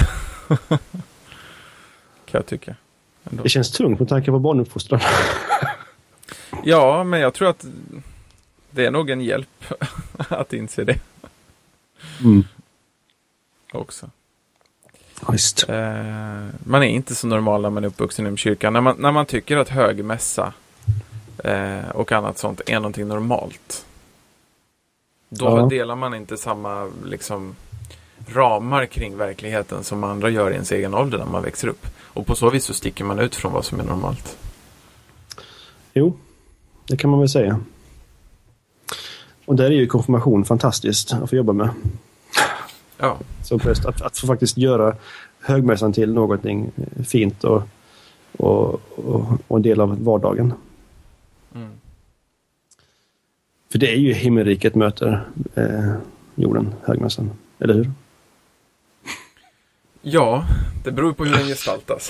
Kan jag tycka. Ändå. Det känns tungt med tanke på barnuppfostran. Ja, men jag tror att det är nog en hjälp att inse det. Också. Just. Man är inte så normal när man är uppvuxen i kyrkan. När man tycker att högmässa och annat sånt är någonting normalt. Då delar man inte samma liksom ramar kring verkligheten som andra gör i ens egen ålder när man växer upp. Och på så vis så sticker man ut från vad som är normalt. Jo, det kan man väl säga. Och där är ju konfirmation fantastiskt att få jobba med. Ja. Så att få faktiskt göra högmässan till någonting fint och en del av vardagen. Mm. För det är ju himmelriket möter jorden, högmässan. Eller hur? Ja, det beror på hur den gestaltas.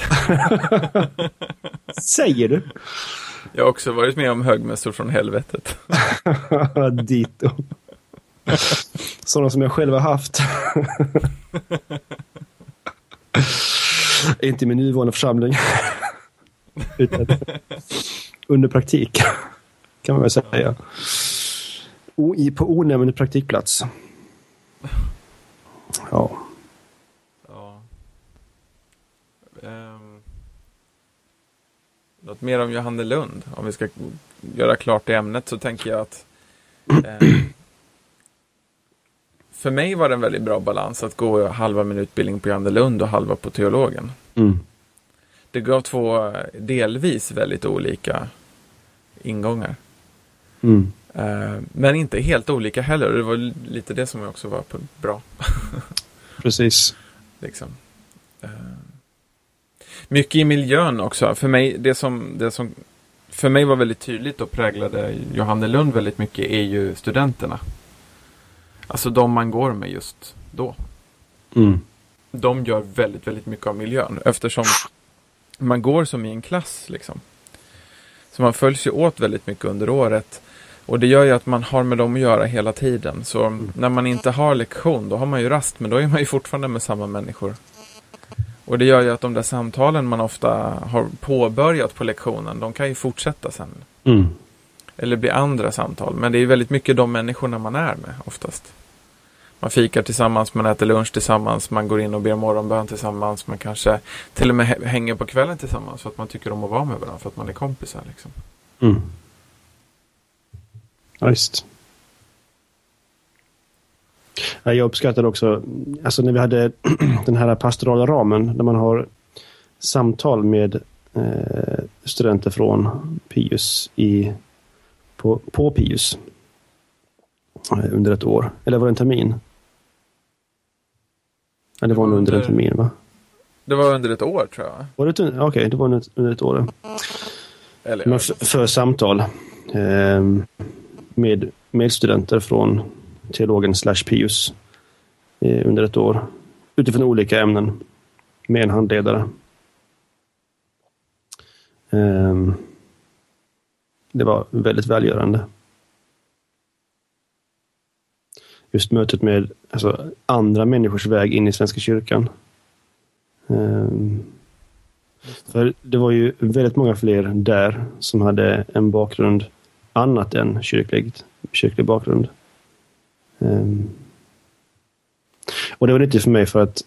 Säger du? Jag har också varit med om högmässor från helvetet. Dito. Sådana som jag själv har haft. Inte i min nuvarande församling. Utan under praktik. Kan man väl säga. På onämnd praktikplats. Ja. Något mer om Johannelund. Om vi ska göra klart det ämnet så tänker jag att för mig var det en väldigt bra balans att gå halva min utbildning på Johannelund och halva på teologen. Mm. Det gav två delvis väldigt olika ingångar. Mm. Men inte helt olika heller. Det var lite det som också var bra. Precis. Liksom. Mycket i miljön också. För mig, det som för mig var väldigt tydligt och präglade Johannelund väldigt mycket är ju studenterna. Alltså de man går med just då. Mm. De gör väldigt, väldigt mycket av miljön. Eftersom man går som i en klass liksom. Så man följs ju åt väldigt mycket under året. Och det gör ju att man har med dem att göra hela tiden. Så när man inte har lektion, då har man ju rast. Men då är man ju fortfarande med samma människor. Och det gör ju att de där samtalen man ofta har påbörjat på lektionen, de kan ju fortsätta sen. Mm. Eller bli andra samtal. Men det är väldigt mycket de människorna man är med oftast. Man fikar tillsammans, man äter lunch tillsammans, man går in och ber morgonbön tillsammans. Man kanske till och med hänger på kvällen tillsammans för att man tycker om att vara med varandra, för att man är kompisar liksom. Mm. Ja, just. Jag uppskattar också, alltså när vi hade den här pastorala ramen där man har samtal med studenter från Pius på Pius under ett år. Eller var det en termin? Ja, det var nog under en termin, va? Det var under ett år, tror jag. Okej, det var under ett år. Eller, men för samtal med studenter från teologen / Pius under ett år. Utifrån olika ämnen. Med en handledare. Det var väldigt välgörande. Just mötet med andra människors väg in i Svenska kyrkan. För det var ju väldigt många fler där som hade en bakgrund annat än kyrklig bakgrund. Och det var lite för mig för att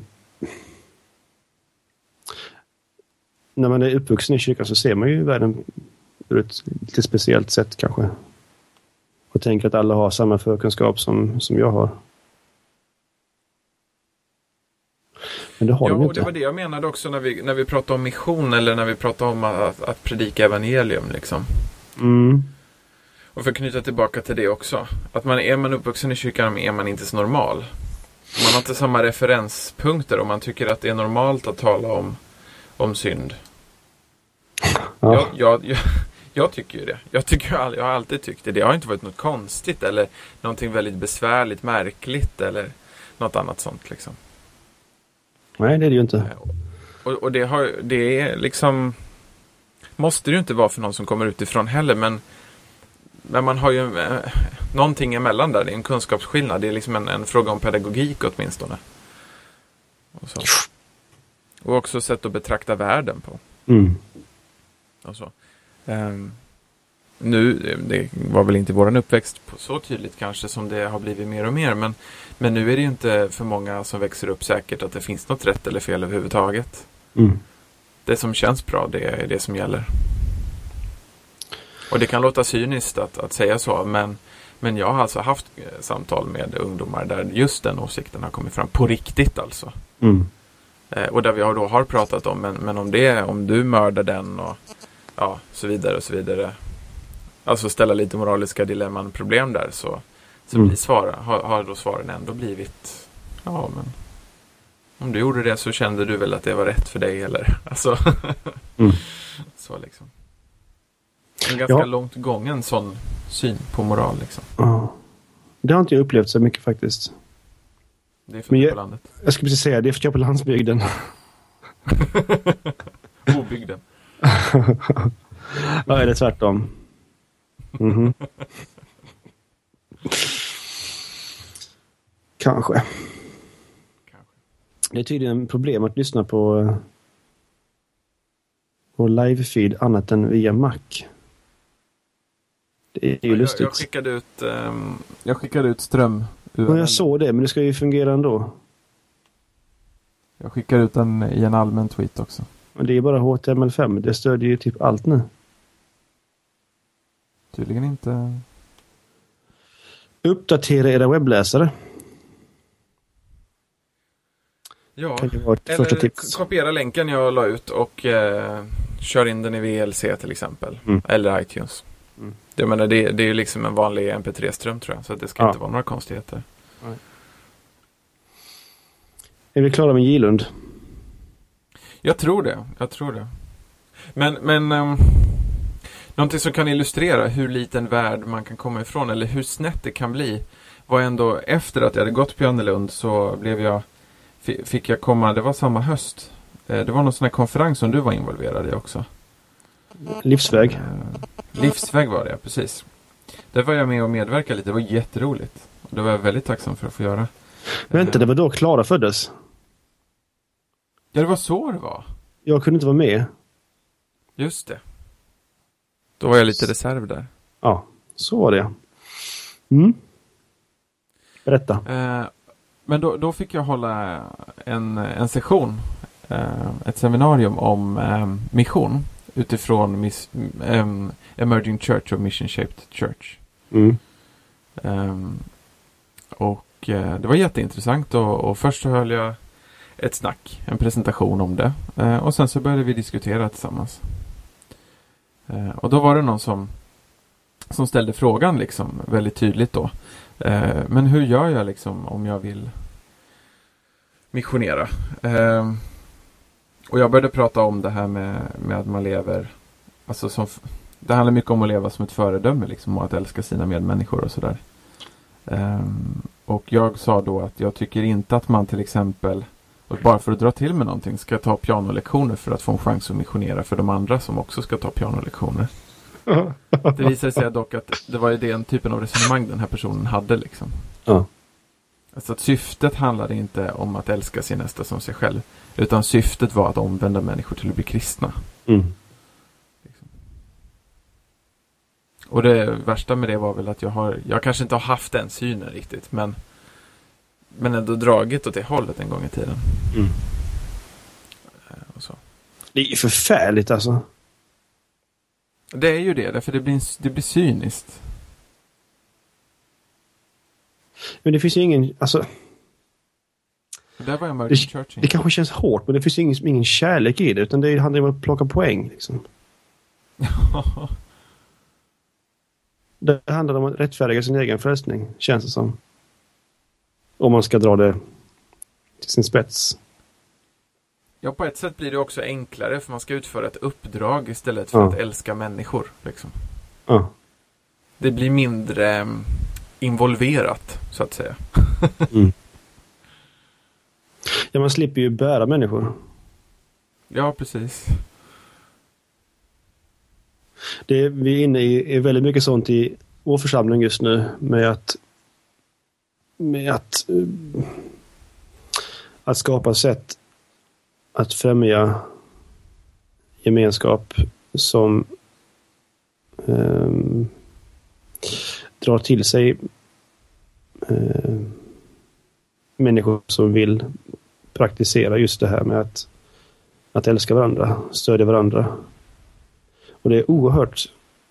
när man är uppvuxen i kyrkan så ser man ju världen ur ett lite speciellt sätt kanske. Och tänker att alla har samma förkunskap som jag har. Men det har de inte. Det var det jag menade också när vi pratade om mission eller när vi pratade om att predika evangelium liksom. Mm. Och för att knyta tillbaka till det också. Att är man uppvuxen i kyrkan är man inte så normal. Man har inte samma referenspunkter och man tycker att det är normalt att tala om synd. Ja. Jag tycker ju det. Jag har alltid tyckt det. Det har inte varit något konstigt eller någonting väldigt besvärligt, märkligt eller något annat sånt liksom. Nej, det är det ju inte. Och det är liksom måste det ju inte vara för någon som kommer utifrån heller, men man har ju någonting emellan där. Det är en kunskapsskillnad. Det är liksom en fråga om pedagogik åtminstone. Och också sätt att betrakta världen på. Mm. Och så. nu, det var väl inte våran uppväxt så tydligt kanske som det har blivit mer och mer, men nu är det ju inte för många som växer upp säkert att det finns något rätt eller fel överhuvudtaget. Det som känns bra, det är det som gäller. Och det kan låta cyniskt att säga så, men jag har alltså haft samtal med ungdomar där just den åsikten har kommit fram på riktigt alltså. Och där vi då har pratat om, men om du mördar den och ja, så vidare och så vidare. Alltså ställa lite moraliska dilemman problem där, så blir har då svaren ändå blivit, ja, men om du gjorde det så kände du väl att det var rätt för dig, eller alltså så liksom. En ganska långt gången sån syn på moral liksom. Det har inte jag upplevt så mycket faktiskt. Det är för på landet. Jag skulle precis säga, det är för jag på landsbygden. Obygden. Ja, är det tvärtom? Kanske. Det är tydligen ett problem att lyssna på live-feed annat än via Mac. Det är ju lustigt. Jag skickade ut ström. Ja, jag såg det, men det ska ju fungera ändå. Jag skickar ut den i en allmän tweet också. Men det är bara HTML5. Det stödjer ju typ allt nu. Tydligen inte. Uppdatera era webbläsare. Ja, första tips. Kopiera länken jag la ut och kör in den i VLC till exempel. Eller iTunes. Jag menar, det är ju liksom en vanlig MP3-ström tror jag. Så det ska inte vara några konstigheter. Nej. Är vi klara med Gilund? Jag tror det. Men någonting som kan illustrera hur liten värld man kan komma ifrån, eller hur snett det kan bli, var ändå efter att jag hade gått på Johannelund så fick jag komma, det var samma höst. Det var någon sån här konferens som du var involverad i också. Livsväg. Livsväg var det, precis. Där var jag med och medverka lite, det var jätteroligt. Och det var jag väldigt tacksam för att få göra. Vänta, det var då Klara föddes? Ja, det var så det var. Jag kunde inte vara med. Just det. Då var jag lite reserv där. Ja, så var det. Berätta. Men då fick jag hålla en session, ett seminarium om mission utifrån Emerging Church och Mission Shaped Church. Och det var jätteintressant och först så höll jag ett snack, en presentation om det. Och sen så började vi diskutera tillsammans. Och då var det någon som ställde frågan liksom väldigt tydligt då. Men hur gör jag liksom om jag vill missionera? Och jag började prata om det här med att man lever, alltså det handlar mycket om att leva som ett föredöme liksom, och att älska sina medmänniskor och sådär. Och jag sa då att jag tycker inte att man till exempel, och bara för att dra till med någonting, ska ta pianolektioner för att få en chans att missionera för de andra som också ska ta pianolektioner. Det visade sig dock att det var ju den typen av resonemang den här personen hade liksom. Alltså att syftet handlade inte om att älska sin nästa som sig själv, utan syftet var att omvända människor till att bli kristna. Liksom. Och det värsta med det var väl att jag kanske inte har haft den synen riktigt, men ändå dragit åt det hållet en gång i tiden. Och så. Det är ju förfärligt alltså. Det är ju det, för det blir cyniskt. Men det finns ju ingen, alltså... Där var jag det kanske känns hårt, men det finns ingen kärlek i det, utan det handlar om att plocka poäng liksom. Det handlar om att rättfärdiga sin egen frälsning, känns det som. Om man ska dra det till sin spets. Ja, på ett sätt blir det också enklare, för man ska utföra ett uppdrag istället för att älska människor liksom. Det blir mindre involverat, så att säga. Ja, man slipper ju bära människor. Ja, precis. Vi är inne i väldigt mycket sånt i vår församling just nu, med att skapa sätt att främja gemenskap som drar till sig människor som vill praktisera just det här med att älska varandra, stödja varandra. Och det är oerhört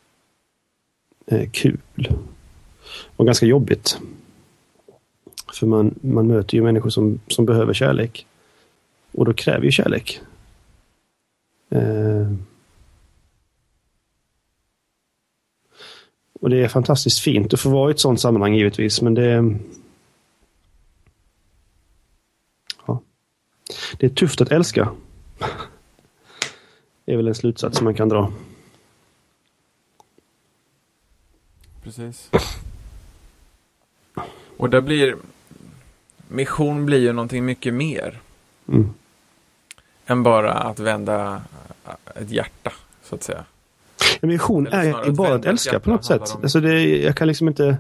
kul och ganska jobbigt. För man möter ju människor som behöver kärlek. Och då kräver ju kärlek. Och det är fantastiskt fint att få vara i ett sådant sammanhang givetvis. Men det är tufft att älska. Det är väl en slutsats som man kan dra. Precis. Och mission blir ju någonting mycket mer. Än bara att vända ett hjärta, så att säga. En mission är ju bara att älska på något sätt. Alltså jag kan liksom inte...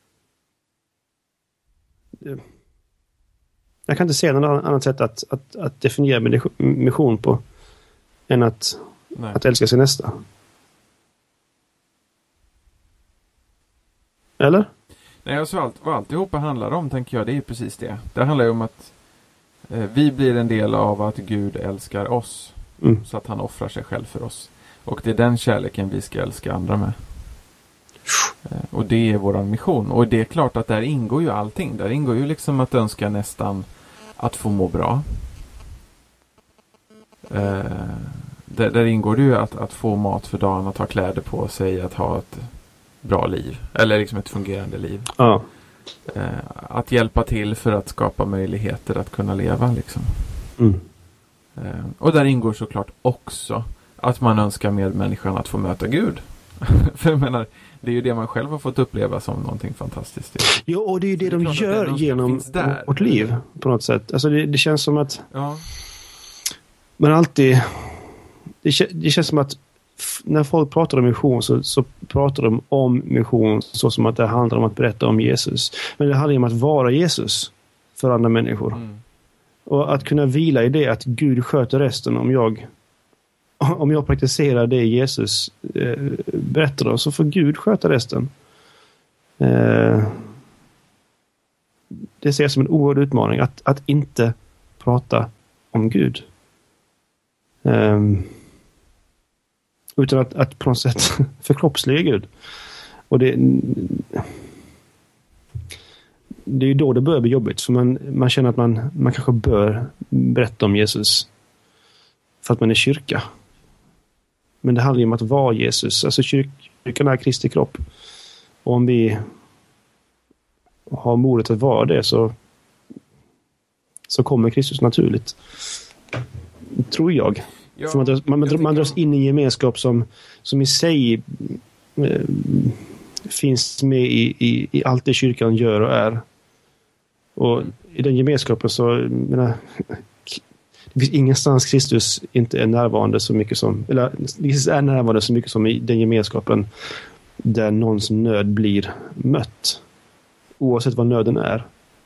Jag kan inte se något annat sätt att definiera mission på än att älska sin nästa. Eller? Nej, alltså vad alltihopa handlar om, tänker jag, det är ju precis det. Det handlar ju om att vi blir en del av att Gud älskar oss. Så att han offrar sig själv för oss. Och det är den kärleken vi ska älska andra med. Och det är våran mission. Och det är klart att där ingår ju allting. Där ingår ju liksom att önska nästan att få må bra. Där ingår det ju att få mat för dagen, att ha kläder på sig, att ha ett bra liv. Eller liksom ett fungerande liv. Ja. Att hjälpa till för att skapa möjligheter att kunna leva liksom. Och där ingår såklart också att man önskar medmänniskan att få möta Gud. För jag menar, det är ju det man själv har fått uppleva som någonting fantastiskt. Ja, och det är ju det de gör genom vårt liv på något sätt. Alltså det känns som att man alltid... Det känns som att när folk pratar om mission så pratar de om mission så som att det handlar om att berätta om Jesus. Men det handlar om att vara Jesus för andra människor. Och att kunna vila i det att Gud sköter resten. Om jag praktiserar det Jesus berättar om, så får Gud sköta resten. Det ser jag som en oerhörd utmaning att inte prata om Gud. Utan att på något sätt förkroppsliga Gud. Och det är ju då det börjar bli jobbigt. För man känner att man kanske bör berätta om Jesus för att man är kyrka. Men det handlar ju om att vara Jesus. Alltså kyrkan är Kristi kropp. Och om vi har modet att vara det så kommer Kristus naturligt. Tror jag. Ja, för man dras in i en gemenskap som i sig finns med i allt det kyrkan gör och är. Och i den gemenskapen så det finns ingenstans Kristus inte är närvarande så mycket som, eller Kristus är närvarande så mycket som i den gemenskapen där någons nöd blir mött. Oavsett vad nöden är.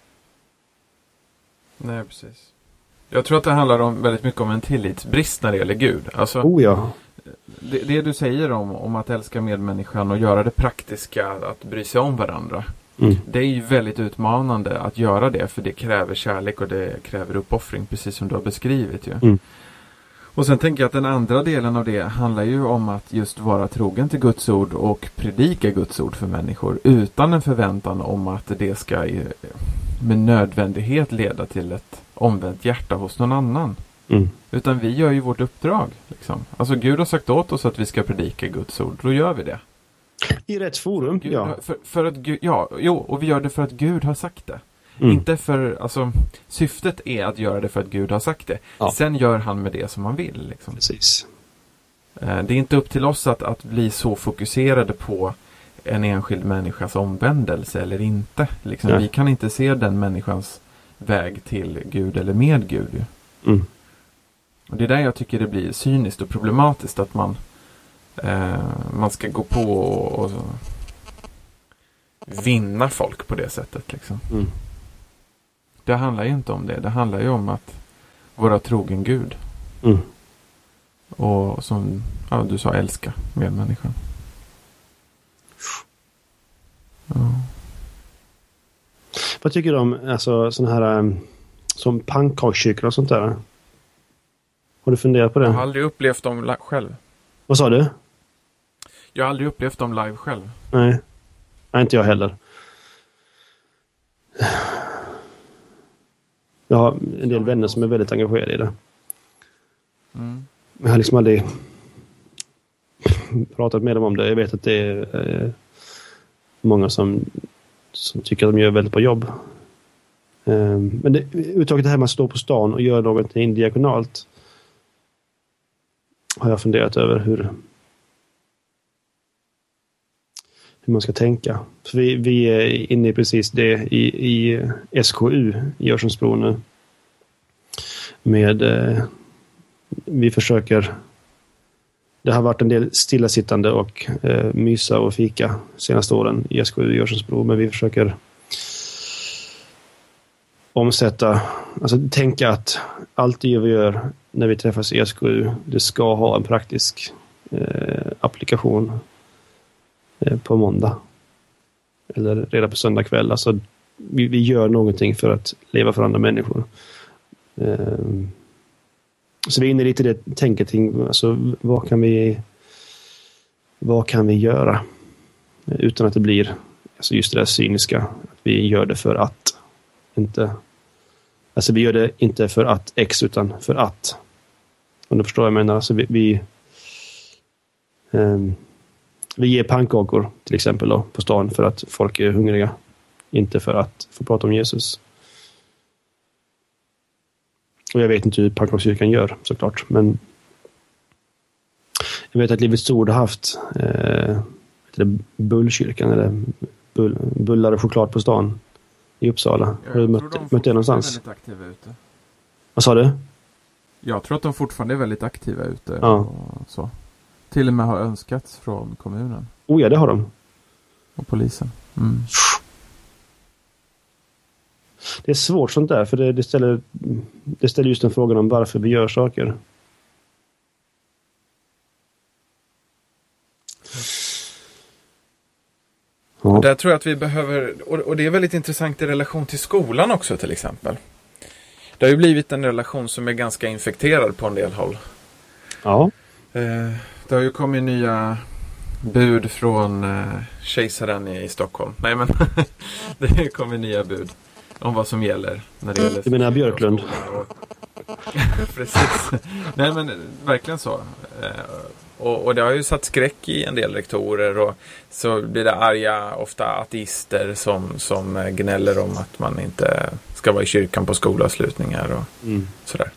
Nej, precis. Jag tror att det handlar väldigt mycket om en tillitsbrist när det gäller Gud. Alltså, ja. Det du säger om att älska medmänniskan och göra det praktiska, att bry sig om varandra. Det är ju väldigt utmanande att göra det, för det kräver kärlek och det kräver uppoffring, precis som du har beskrivit ju. Och sen tänker jag att den andra delen av det handlar ju om att just vara trogen till Guds ord och predika Guds ord för människor utan en förväntan om att det ska med nödvändighet leda till ett omvänt hjärta hos någon annan. Utan vi gör ju vårt uppdrag liksom. Alltså Gud har sagt åt oss att vi ska predika Guds ord, då gör vi det. I rätt forum, Gud, ja. För att Gud, och vi gör det för att Gud har sagt det. Inte för, alltså, syftet är att göra det för att Gud har sagt det. Ja. Sen gör han med det som han vill liksom. Precis. Det är inte upp till oss att bli så fokuserade på en enskild människas omvändelse eller inte. Liksom. Vi kan inte se den människans väg till Gud eller med Gud. Och det är där jag tycker det blir cyniskt och problematiskt att man ska gå på och vinna folk på det sättet liksom. Det handlar ju inte om det. Det handlar ju om att vara trogen Gud. Och som du sa, älska med människan. Vad tycker du om alltså, såna här som pannkakskyrkor och sånt där? Har du funderat på det? Jag har aldrig upplevt dem själv. Vad sa du? Jag har aldrig upplevt dem live själv. Nej, inte jag heller. Jag har en del vänner som är väldigt engagerade i det. Jag har liksom aldrig pratat med dem om det. Jag vet att det är många som tycker att de gör väldigt bra jobb. Men uttaget det här med att stå på stan och göra någonting diagonalt har jag funderat över hur man ska tänka. För vi är inne i precis det i SKU i Örsundsbro nu. Vi försöker. Det har varit en del stillasittande och mysa och fika senaste åren i SKU i Örsundsbro, men vi försöker omsätta, alltså tänka att allt det vi gör när vi träffas i SKU, det ska ha en praktisk applikation på måndag eller redan på söndag kväll. Alltså vi gör någonting för att leva för andra människor. Så vi är inne lite i det tänket kring, alltså vad kan vi göra utan att det blir alltså just det där cyniska, att vi gör det för att inte, alltså vi gör det inte för att X utan för att, om du förstår vad jag menar. Alltså vi ger pannkakor till exempel då, på stan för att folk är hungriga, inte för att få prata om Jesus. Och jag vet inte hur pannkakskyrkan gör såklart, men jag vet att Livets Ord har haft Bullkyrkan eller bullar och choklad på stan i Uppsala. Har du mött det någonstans? Väldigt aktiva ute. Vad sa du? Jag tror att de fortfarande är väldigt aktiva ute. Ja. Och så. Till och med har önskats från kommunen. Oh ja, det har de. Och polisen. Det är svårt sånt där, för det ställer just den frågan om varför vi gör saker. Ja. Och där tror jag att vi behöver, och det är väldigt intressant i relation till skolan också till exempel. Det har ju blivit en relation som är ganska infekterad på en del håll. Ja. Det har ju kommit nya bud från kejsaren i Stockholm. Nej, men det kommer nya bud om vad som gäller när det gäller. Du menar Björklund? Precis. Nej, men verkligen så. Och det har ju satt skräck i en del rektorer, och så blir det arga, ofta ateister som gnäller om att man inte ska vara i kyrkan på skolavslutningar och sådär.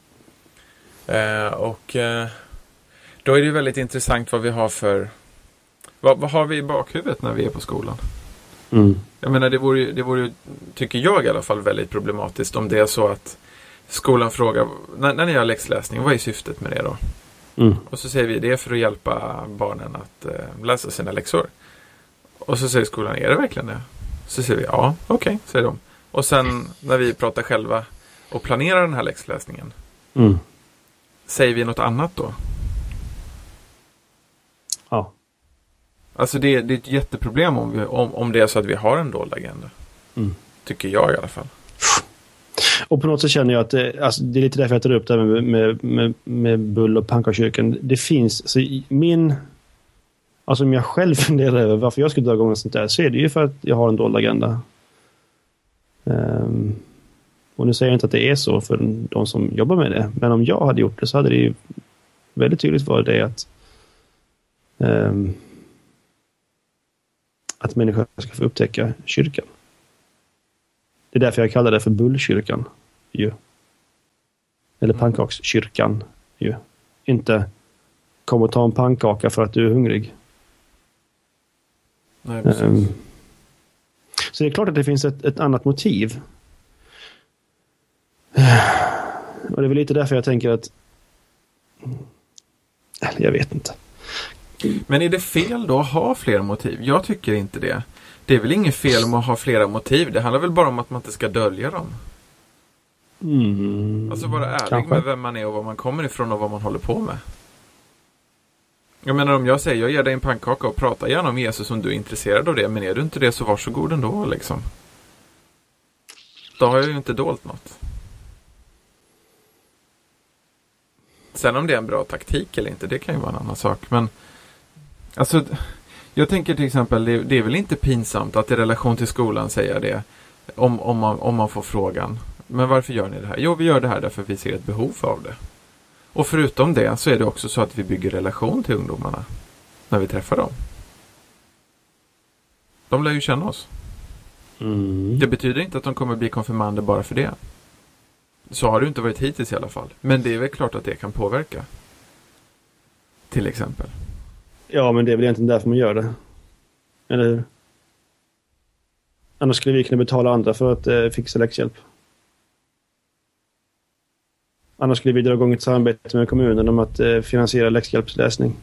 Då är det ju väldigt intressant vad vi har för... Vad har vi i bakhuvudet när vi är på skolan? Jag menar, det vore ju, tycker jag i alla fall, väldigt problematiskt om det är så att skolan frågar, när ni gör läxläsning, vad är syftet med det då? Och så säger vi, det är för att hjälpa barnen att läsa sina läxor. Och så säger skolan, är det verkligen det? Så säger vi, ja, okej, säger de. Och sen när vi pratar själva och planerar den här läxläsningen, säger vi något annat då? Ja. Alltså det är ett jätteproblem om det är så att vi har en dold agenda. Tycker jag i alla fall. Och på något sätt känner jag att det är lite därför jag tar upp det här med bull och pannkakskyrkan. Det finns, så om jag själv funderar över varför jag skulle dra igång sånt där, så är det ju för att jag har en dold agenda. Och nu säger jag inte att det är så för de som jobbar med det, men om jag hade gjort det så hade det ju väldigt tydligt varit det att människor ska få upptäcka kyrkan. Det är därför jag kallar det för bullkyrkan ju. Eller pannkakskyrkan ju. Inte kom och ta en pannkaka för att du är hungrig. Nej, precis. Så det är klart att det finns ett annat motiv. Och det är väl lite därför jag tänker att jag vet inte. Men är det fel då att ha fler motiv? Jag tycker inte det. Det är väl inget fel om att ha flera motiv. Det handlar väl bara om att man inte ska dölja dem. Alltså vara ärlig kanske med vem man är och var man kommer ifrån och vad man håller på med. Jag menar, om jag säger, jag ger dig en pannkaka och pratar gärna om Jesus om du är intresserad av det. Men är du inte det, så varsågod ändå liksom. då har jag ju inte dolt något. Sen om det är en bra taktik eller inte, det kan ju vara en annan sak. Men alltså, jag tänker till exempel, det är väl inte pinsamt att i relation till skolan säga det om man får frågan. Men varför gör ni det här? Jo, vi gör det här därför att vi ser ett behov av det. Och förutom det så är det också så att vi bygger relation till ungdomarna när vi träffar dem. De lär ju känna oss. Mm. Det betyder inte att de kommer bli konfirmander bara för det. Så har det ju inte varit hittills i alla fall. Men det är väl klart att det kan påverka. Till exempel. Ja, men det är väl egentligen därför man gör det. Eller hur? Annars skulle vi kunna betala andra för att fixa läxhjälp. Annars skulle vi dra igång ett samarbete med kommunen om att finansiera läxhjälpsläsning.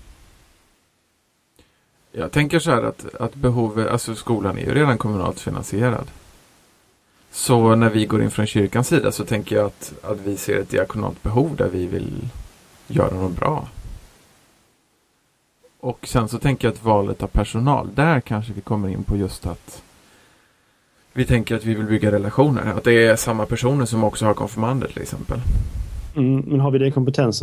Jag tänker så här att behovet, alltså skolan är ju redan kommunalt finansierad. Så när vi går in från kyrkans sida så tänker jag att vi ser ett diakonalt behov där vi vill göra något bra. Och sen så tänker jag att valet av personal, där kanske vi kommer in på just att vi tänker att vi vill bygga relationer. Att det är samma personer som också har konfirmander till exempel. Men har vi den kompetensen?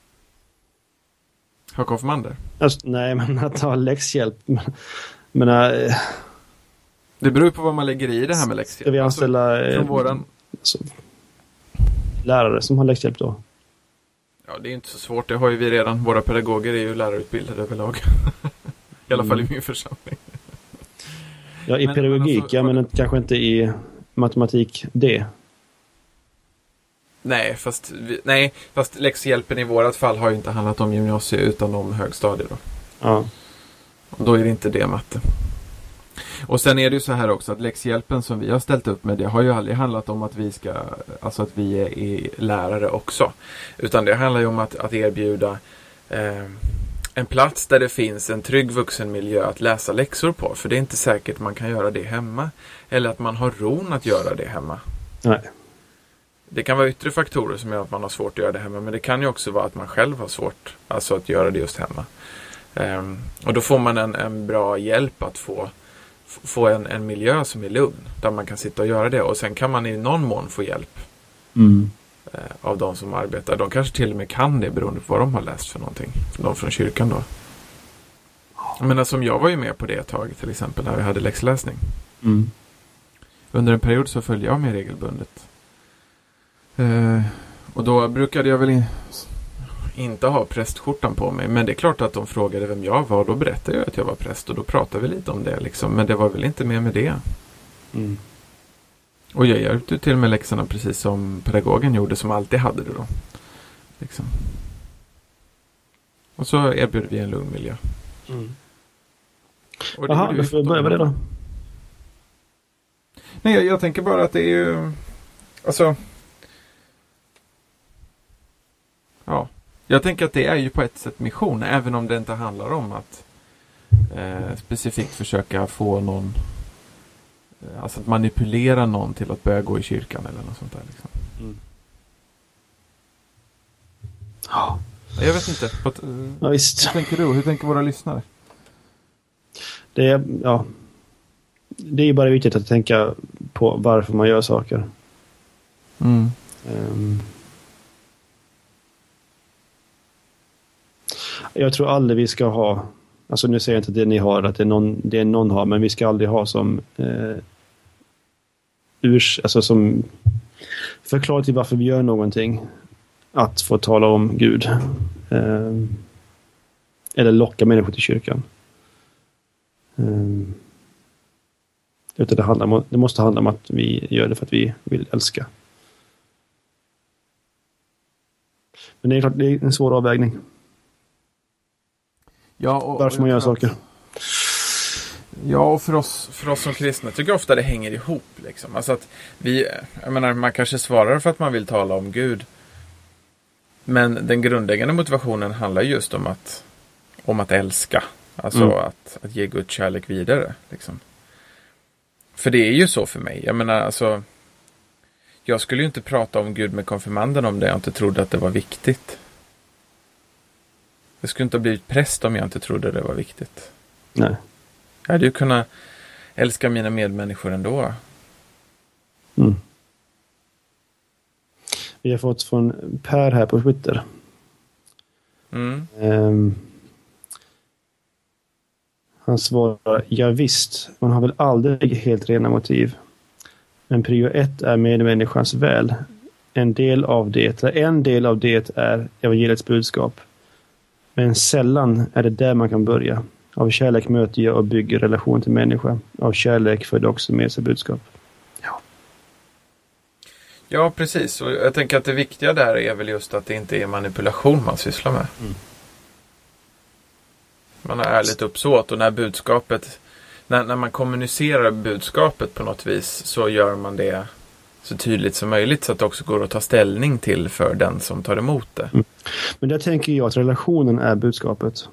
Har konfirmander? Alltså, nej, men att ha läxhjälp. Men, det beror på vad man lägger i det här med läxhjälp. Ska vi anställa lärare som har läxhjälp då? Ja, det är inte så svårt. Det har ju vi redan. Våra pedagoger är ju lärarutbildade överlag. I alla fall i min församling. Ja, i pedagogik, alltså, men kanske inte i matematik D. Nej, fast läxhjälpen i vårat fall har ju inte handlat om gymnasie utan om högstadie då. Ja. Och då är det inte det matte. Och sen är det ju så här också att läxhjälpen som vi har ställt upp med, det har ju aldrig handlat om att vi ska, alltså att vi är lärare också. Utan det handlar ju om att erbjuda en plats där det finns en trygg vuxenmiljö att läsa läxor på. För det är inte säkert man kan göra det hemma. Eller att man har ron att göra det hemma. Nej. Det kan vara yttre faktorer som gör att man har svårt att göra det hemma. Men det kan ju också vara att man själv har svårt alltså att göra det just hemma. Och då får man en bra hjälp att få en miljö som är lugn. Där man kan sitta och göra det. Och sen kan man i någon mån få hjälp av de som arbetar. De kanske till och med kan det beroende på vad de har läst för någonting. De från kyrkan då. Men som jag var ju med på det ett tag till exempel när vi hade läxläsning. Under en period så följde jag med regelbundet. Och då brukade jag väl inte ha prästskjortan på mig. Men det är klart att de frågade vem jag var. Då berättade jag att jag var präst. Och då pratade vi lite om det liksom. Men det var väl inte mer med det. Och jag hjälpte till med läxorna precis som pedagogen gjorde. Som alltid hade det då. Liksom. Och så erbjöd vi en lugn miljö. Jaha, då får vi börja med det då. Nej, jag tänker bara att det är ju... Alltså... Ja. Jag tänker att det är ju på ett sätt mission. Även om det inte handlar om att specifikt försöka få någon... Alltså att manipulera någon till att börja gå i kyrkan eller något sånt där liksom. Ja. Jag vet inte. Ja, visst. Hur tänker du? Hur tänker våra lyssnare? Det är ju bara viktigt att tänka på varför man gör saker. Jag tror aldrig vi ska ha, alltså nu säger jag inte att det ni har, att det någon har, men vi ska aldrig ha som alltså som förklarar till varför vi gör någonting att få tala om Gud eller locka människor till kyrkan. Utan det måste handla om att vi gör det för att vi vill älska. Men det är klart, det är en svår avvägning. Ja, och varför man gör saker. Ja, och för oss som kristna tycker jag ofta det hänger ihop liksom. Alltså att jag menar, man kanske svarar för att man vill tala om Gud. Men den grundläggande motivationen handlar just om att älska. Alltså att ge Guds kärlek vidare liksom. För det är ju så för mig. Jag menar alltså, jag skulle ju inte prata om Gud med konfirmanden om det jag inte trodde att det var viktigt. Jag skulle inte ha blivit präst om jag inte trodde det var viktigt. Nej. Jag hade ju kunnat älska mina medmänniskor ändå. Vi har fått från Per här på Twitter. Han svarar, ja visst, man har väl aldrig helt rena motiv. Men prio 1 är medmänniskans väl. En del av det är evangeliets budskap. Men sällan är det där man kan börja. Av kärlek möter jag och bygger relation till människa. Av kärlek för det också med sig budskap. Ja, precis. Och jag tänker att det viktiga där är väl just att det inte är manipulation man sysslar med. Man har ärligt uppsåt, och när budskapet, när man kommunicerar budskapet på något vis, så gör man det så tydligt som möjligt så att det också går att ta ställning till för den som tar emot det. Men där tänker jag att relationen är budskapet.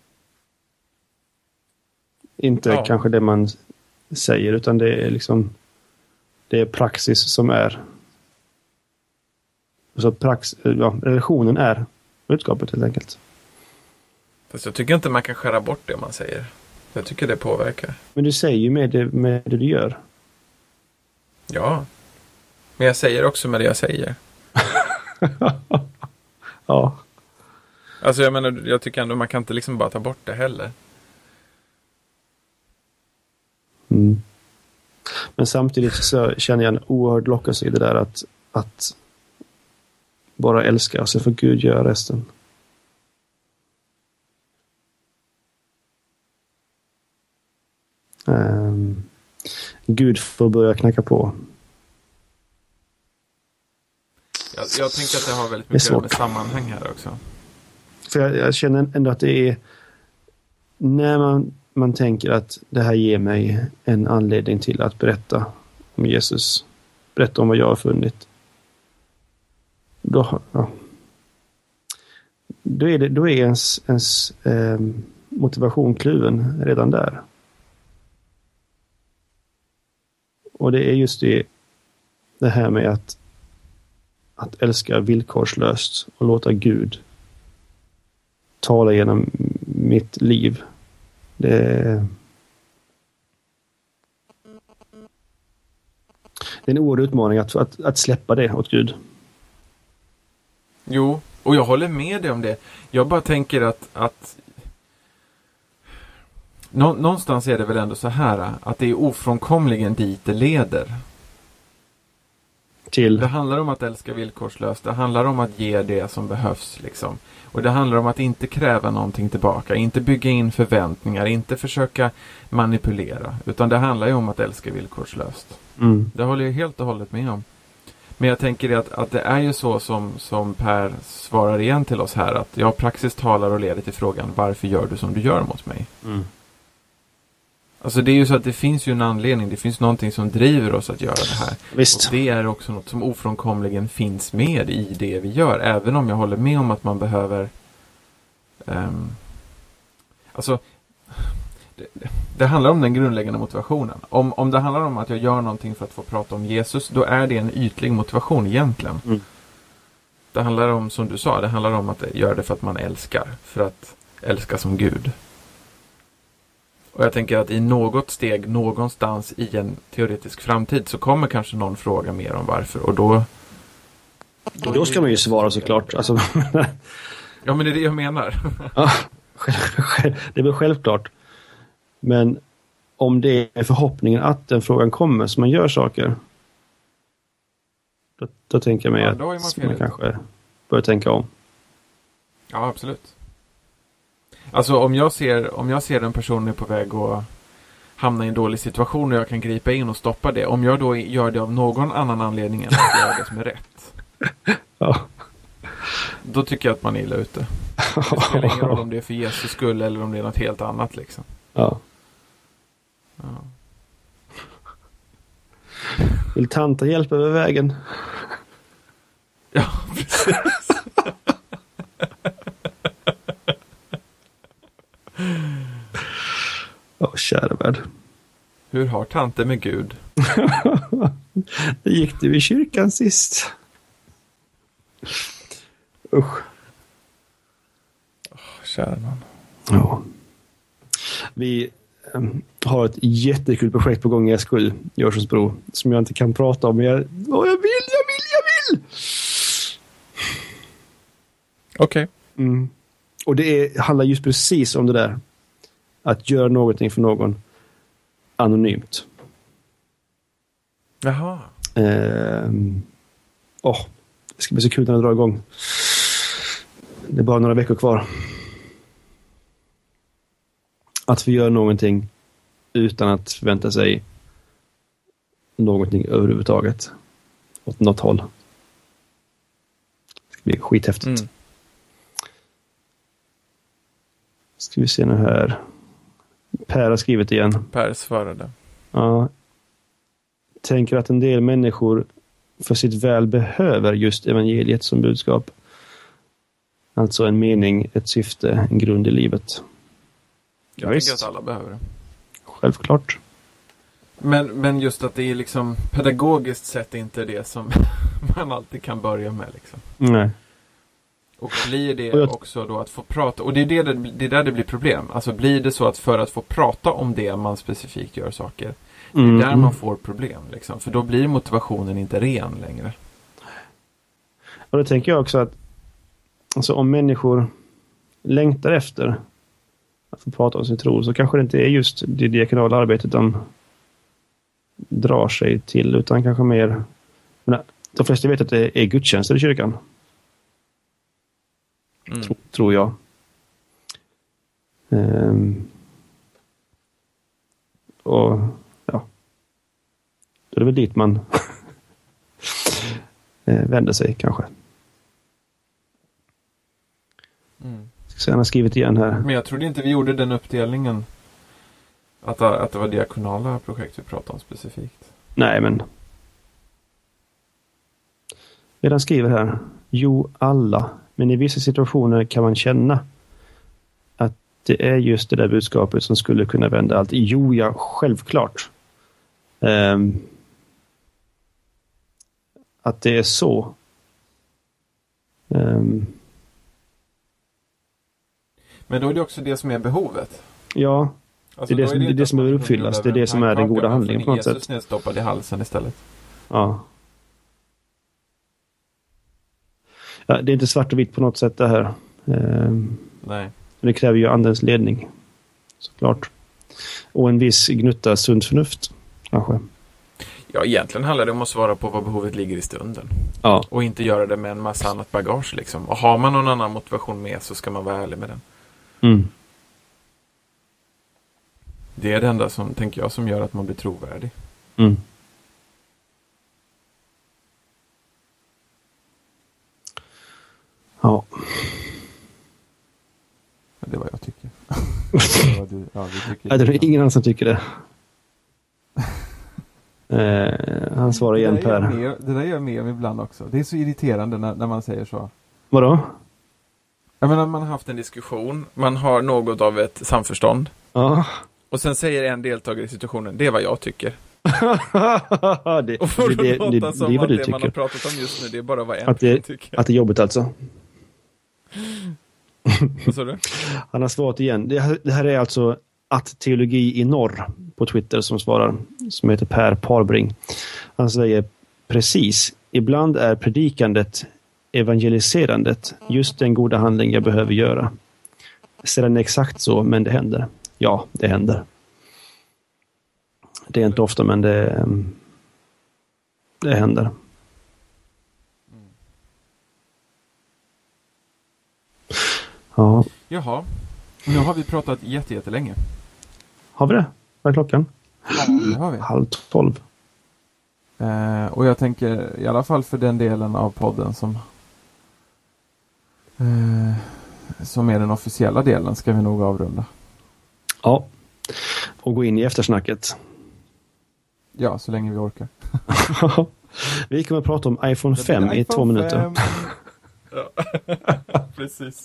Inte kanske det man säger, utan det är liksom det är praxis som är. Så relationen är budskapet helt enkelt. Fast jag tycker inte man kan skära bort det man säger. Jag tycker det påverkar. Men du säger ju med det du gör. Ja. Men jag säger också med det jag säger. Ja. Alltså jag menar, jag tycker ändå man kan inte liksom bara ta bort det heller. Men samtidigt så känner jag en oerhörd lockelse i det där att bara älska, så får Gud göra resten. Gud får börja knacka på. Jag tänker att det har väldigt mycket med sammanhang här också. För jag känner ändå att det är när man tänker att det här ger mig en anledning till att berätta om Jesus. Berätta om vad jag har funnit. Då är ens motivation kluven redan där. Och det är just det här med att älska villkorslöst och låta Gud tala genom mitt liv. Det är en oerhörd utmaning att släppa det åt Gud. Jo, och jag håller med dig om det. Jag bara tänker att någonstans är det väl ändå så här att det är ofrånkomligen dit det leder. Det handlar om att älska villkorslöst. Det handlar om att ge det som behövs liksom. Och det handlar om att inte kräva någonting tillbaka. Inte bygga in förväntningar. Inte försöka manipulera. Utan det handlar ju om att älska villkorslöst. Det håller jag helt och hållet med om. Men jag tänker att det är ju så som Per svarar igen till oss här. Att jag praxis talar och leder till frågan, varför gör du som du gör mot mig? Alltså det är ju så att det finns ju en anledning. Det finns någonting som driver oss att göra det här. Visst. Och det är också något som ofrånkomligen finns med i det vi gör. Även om jag håller med om att man behöver alltså det handlar om den grundläggande motivationen. Om det handlar om att jag gör någonting för att få prata om Jesus, då är det en ytlig motivation egentligen. Det handlar om, som du sa, det handlar om att göra det för att man älskar. För att älska som Gud. Och jag tänker att i något steg, någonstans i en teoretisk framtid, så kommer kanske någon fråga mer om varför. Och då ska man ju svara såklart. Alltså. Ja, men det är det jag menar. Ja, det är väl självklart. Men om det är förhoppningen att den frågan kommer så man gör saker, då tänker jag mig att man kanske bör tänka om. Ja, absolut. Alltså om jag ser en person är på väg att hamna i en dålig situation och jag kan gripa in och stoppa det. Om jag då gör det av någon annan anledning än att göra det som är rätt. Ja. Då tycker jag att man är illa ute. Det spelar ingen roll om det är för Jesus skull eller om det är något helt annat liksom. Ja. Vill tanta hjälpa över vägen? Ja, precis. Kära värld. Hur har tanten med Gud? Det gick du i kyrkan sist. Usch. Kära man. Ja. Vi har ett jättekul projekt på gång i SKU, Görsensbro, som jag inte kan prata om. Men jag vill! Okej. Mm. Och det handlar just precis om det där. Att göra någonting för någon anonymt. Jaha. Det ska bli så kul när det drar igång. Det är bara några veckor kvar. Att vi gör någonting utan att förvänta sig någonting överhuvudtaget åt något håll. Det ska bli skithäftigt. Mm. Ska vi se nu här. Per har skrivit igen. Per svarade. Ja. Tänker att en del människor för sitt väl behöver just evangeliet som budskap. Alltså en mening, ett syfte, en grund i livet. Jag tänker att alla behöver det. Självklart. Men just att det är liksom pedagogiskt sett inte det som man alltid kan börja med liksom. Nej. Och blir det också då att få prata, och det är där det blir problem. Alltså blir det så att för att få prata om det man specifikt gör saker, det är där man får problem liksom. För då blir motivationen inte ren längre. Och då tänker jag också att alltså, om människor längtar efter att få prata om sin tro, så kanske det inte är just det diakonala arbetet de drar sig till, utan kanske mer, de flesta vet att det är gudstjänster i kyrkan. Tror jag. Och ja, då är det väl dit man vänder sig kanske. Så han har skrivit igen här. Men jag trodde inte vi gjorde den uppdelningen att det var diakonala projekt vi pratade om specifikt. Nej, men redan skriver här. Jo, alla. Men i vissa situationer kan man känna att det är just det där budskapet som skulle kunna vända allt. Jo, ja, självklart. Att det är så. Men då är det också det som är behovet. Ja, Alltså, det är det som behöver uppfyllas. Det är det som är den goda handlingen på något sätt. Jesus nedstoppad i halsen istället. Ja. Ja, det är inte svart och vitt på något sätt det här. Nej. Det kräver ju andens ledning. Såklart. Och en viss gnutta sunt förnuft. Kanske. Ja, egentligen handlar det om att svara på vad behovet ligger i stunden. Ja. Och inte göra det med en massa annat bagage liksom. Och har man någon annan motivation med så ska man vara ärlig med den. Mm. Det är det enda som, tänker jag, som gör att man blir trovärdig. Mm. Ja. Det är vad jag tycker. Det är ingen annan som tycker det. Han svarar igen Per. Det där gör jag med ibland också. Det är så irriterande när man säger så. Vadå? Jag menar, man har haft en diskussion. Man har något av ett samförstånd. Ja. Och sen säger en deltagare i situationen, det är vad jag tycker. det och får det låta som det är vad att du det tycker. man har pratat om just nu, det är bara vad en att det, tycker. Att det är jobbigt alltså. Vad sa du? Han har svarat igen. Det här är alltså att teologi i norr på Twitter som svarar, som heter Per Parbring. Han säger precis, ibland är predikandet, evangeliserandet just den goda handling jag behöver göra. Sedan exakt så, men det händer. Ja, det händer. Det är inte ofta, men det händer. Ja. Jaha, nu har vi pratat jättelänge. Har vi det? Vad är klockan? Ja, det har vi. 11:30. Och jag tänker, i alla fall för den delen av podden som är den officiella delen, ska vi nog avrunda. Ja, och gå in i eftersnacket. Ja, så länge vi orkar. Vi kommer att prata om iPhone 5 i 2 minuter. Ja, precis.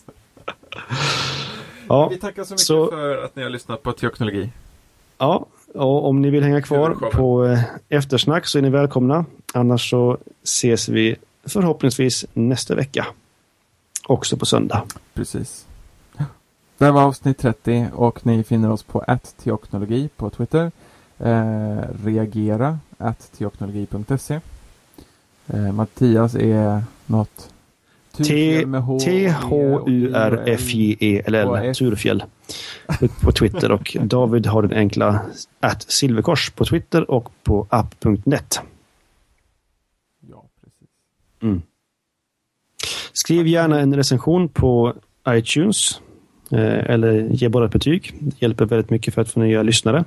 Ja, vi tackar så mycket för att ni har lyssnat på Teoknologi. Ja, och om ni vill hänga kvar på eftersnack så är ni välkomna. Annars så ses vi förhoppningsvis nästa vecka. Också på söndag. Precis. Det var avsnitt 30 och ni finner oss på @teoknologi på Twitter. Reagera @teoknologi.se. Mattias är något Turfjell. Turfjäll på Twitter. Och David har den enkla @silverkors på Twitter och på app.net. Ja, precis. Skriv gärna en recension på iTunes eller ge bara ett betyg. Det hjälper väldigt mycket för att få nya lyssnare.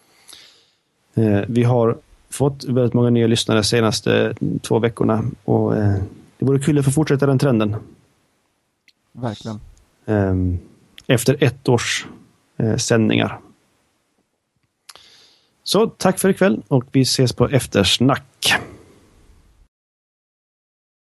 Vi har fått väldigt många nya lyssnare de senaste 2 veckorna och det vore kul att få fortsätta den trenden. Verkligen. Efter 1 års sändningar. Så tack för ikväll och vi ses på eftersnack.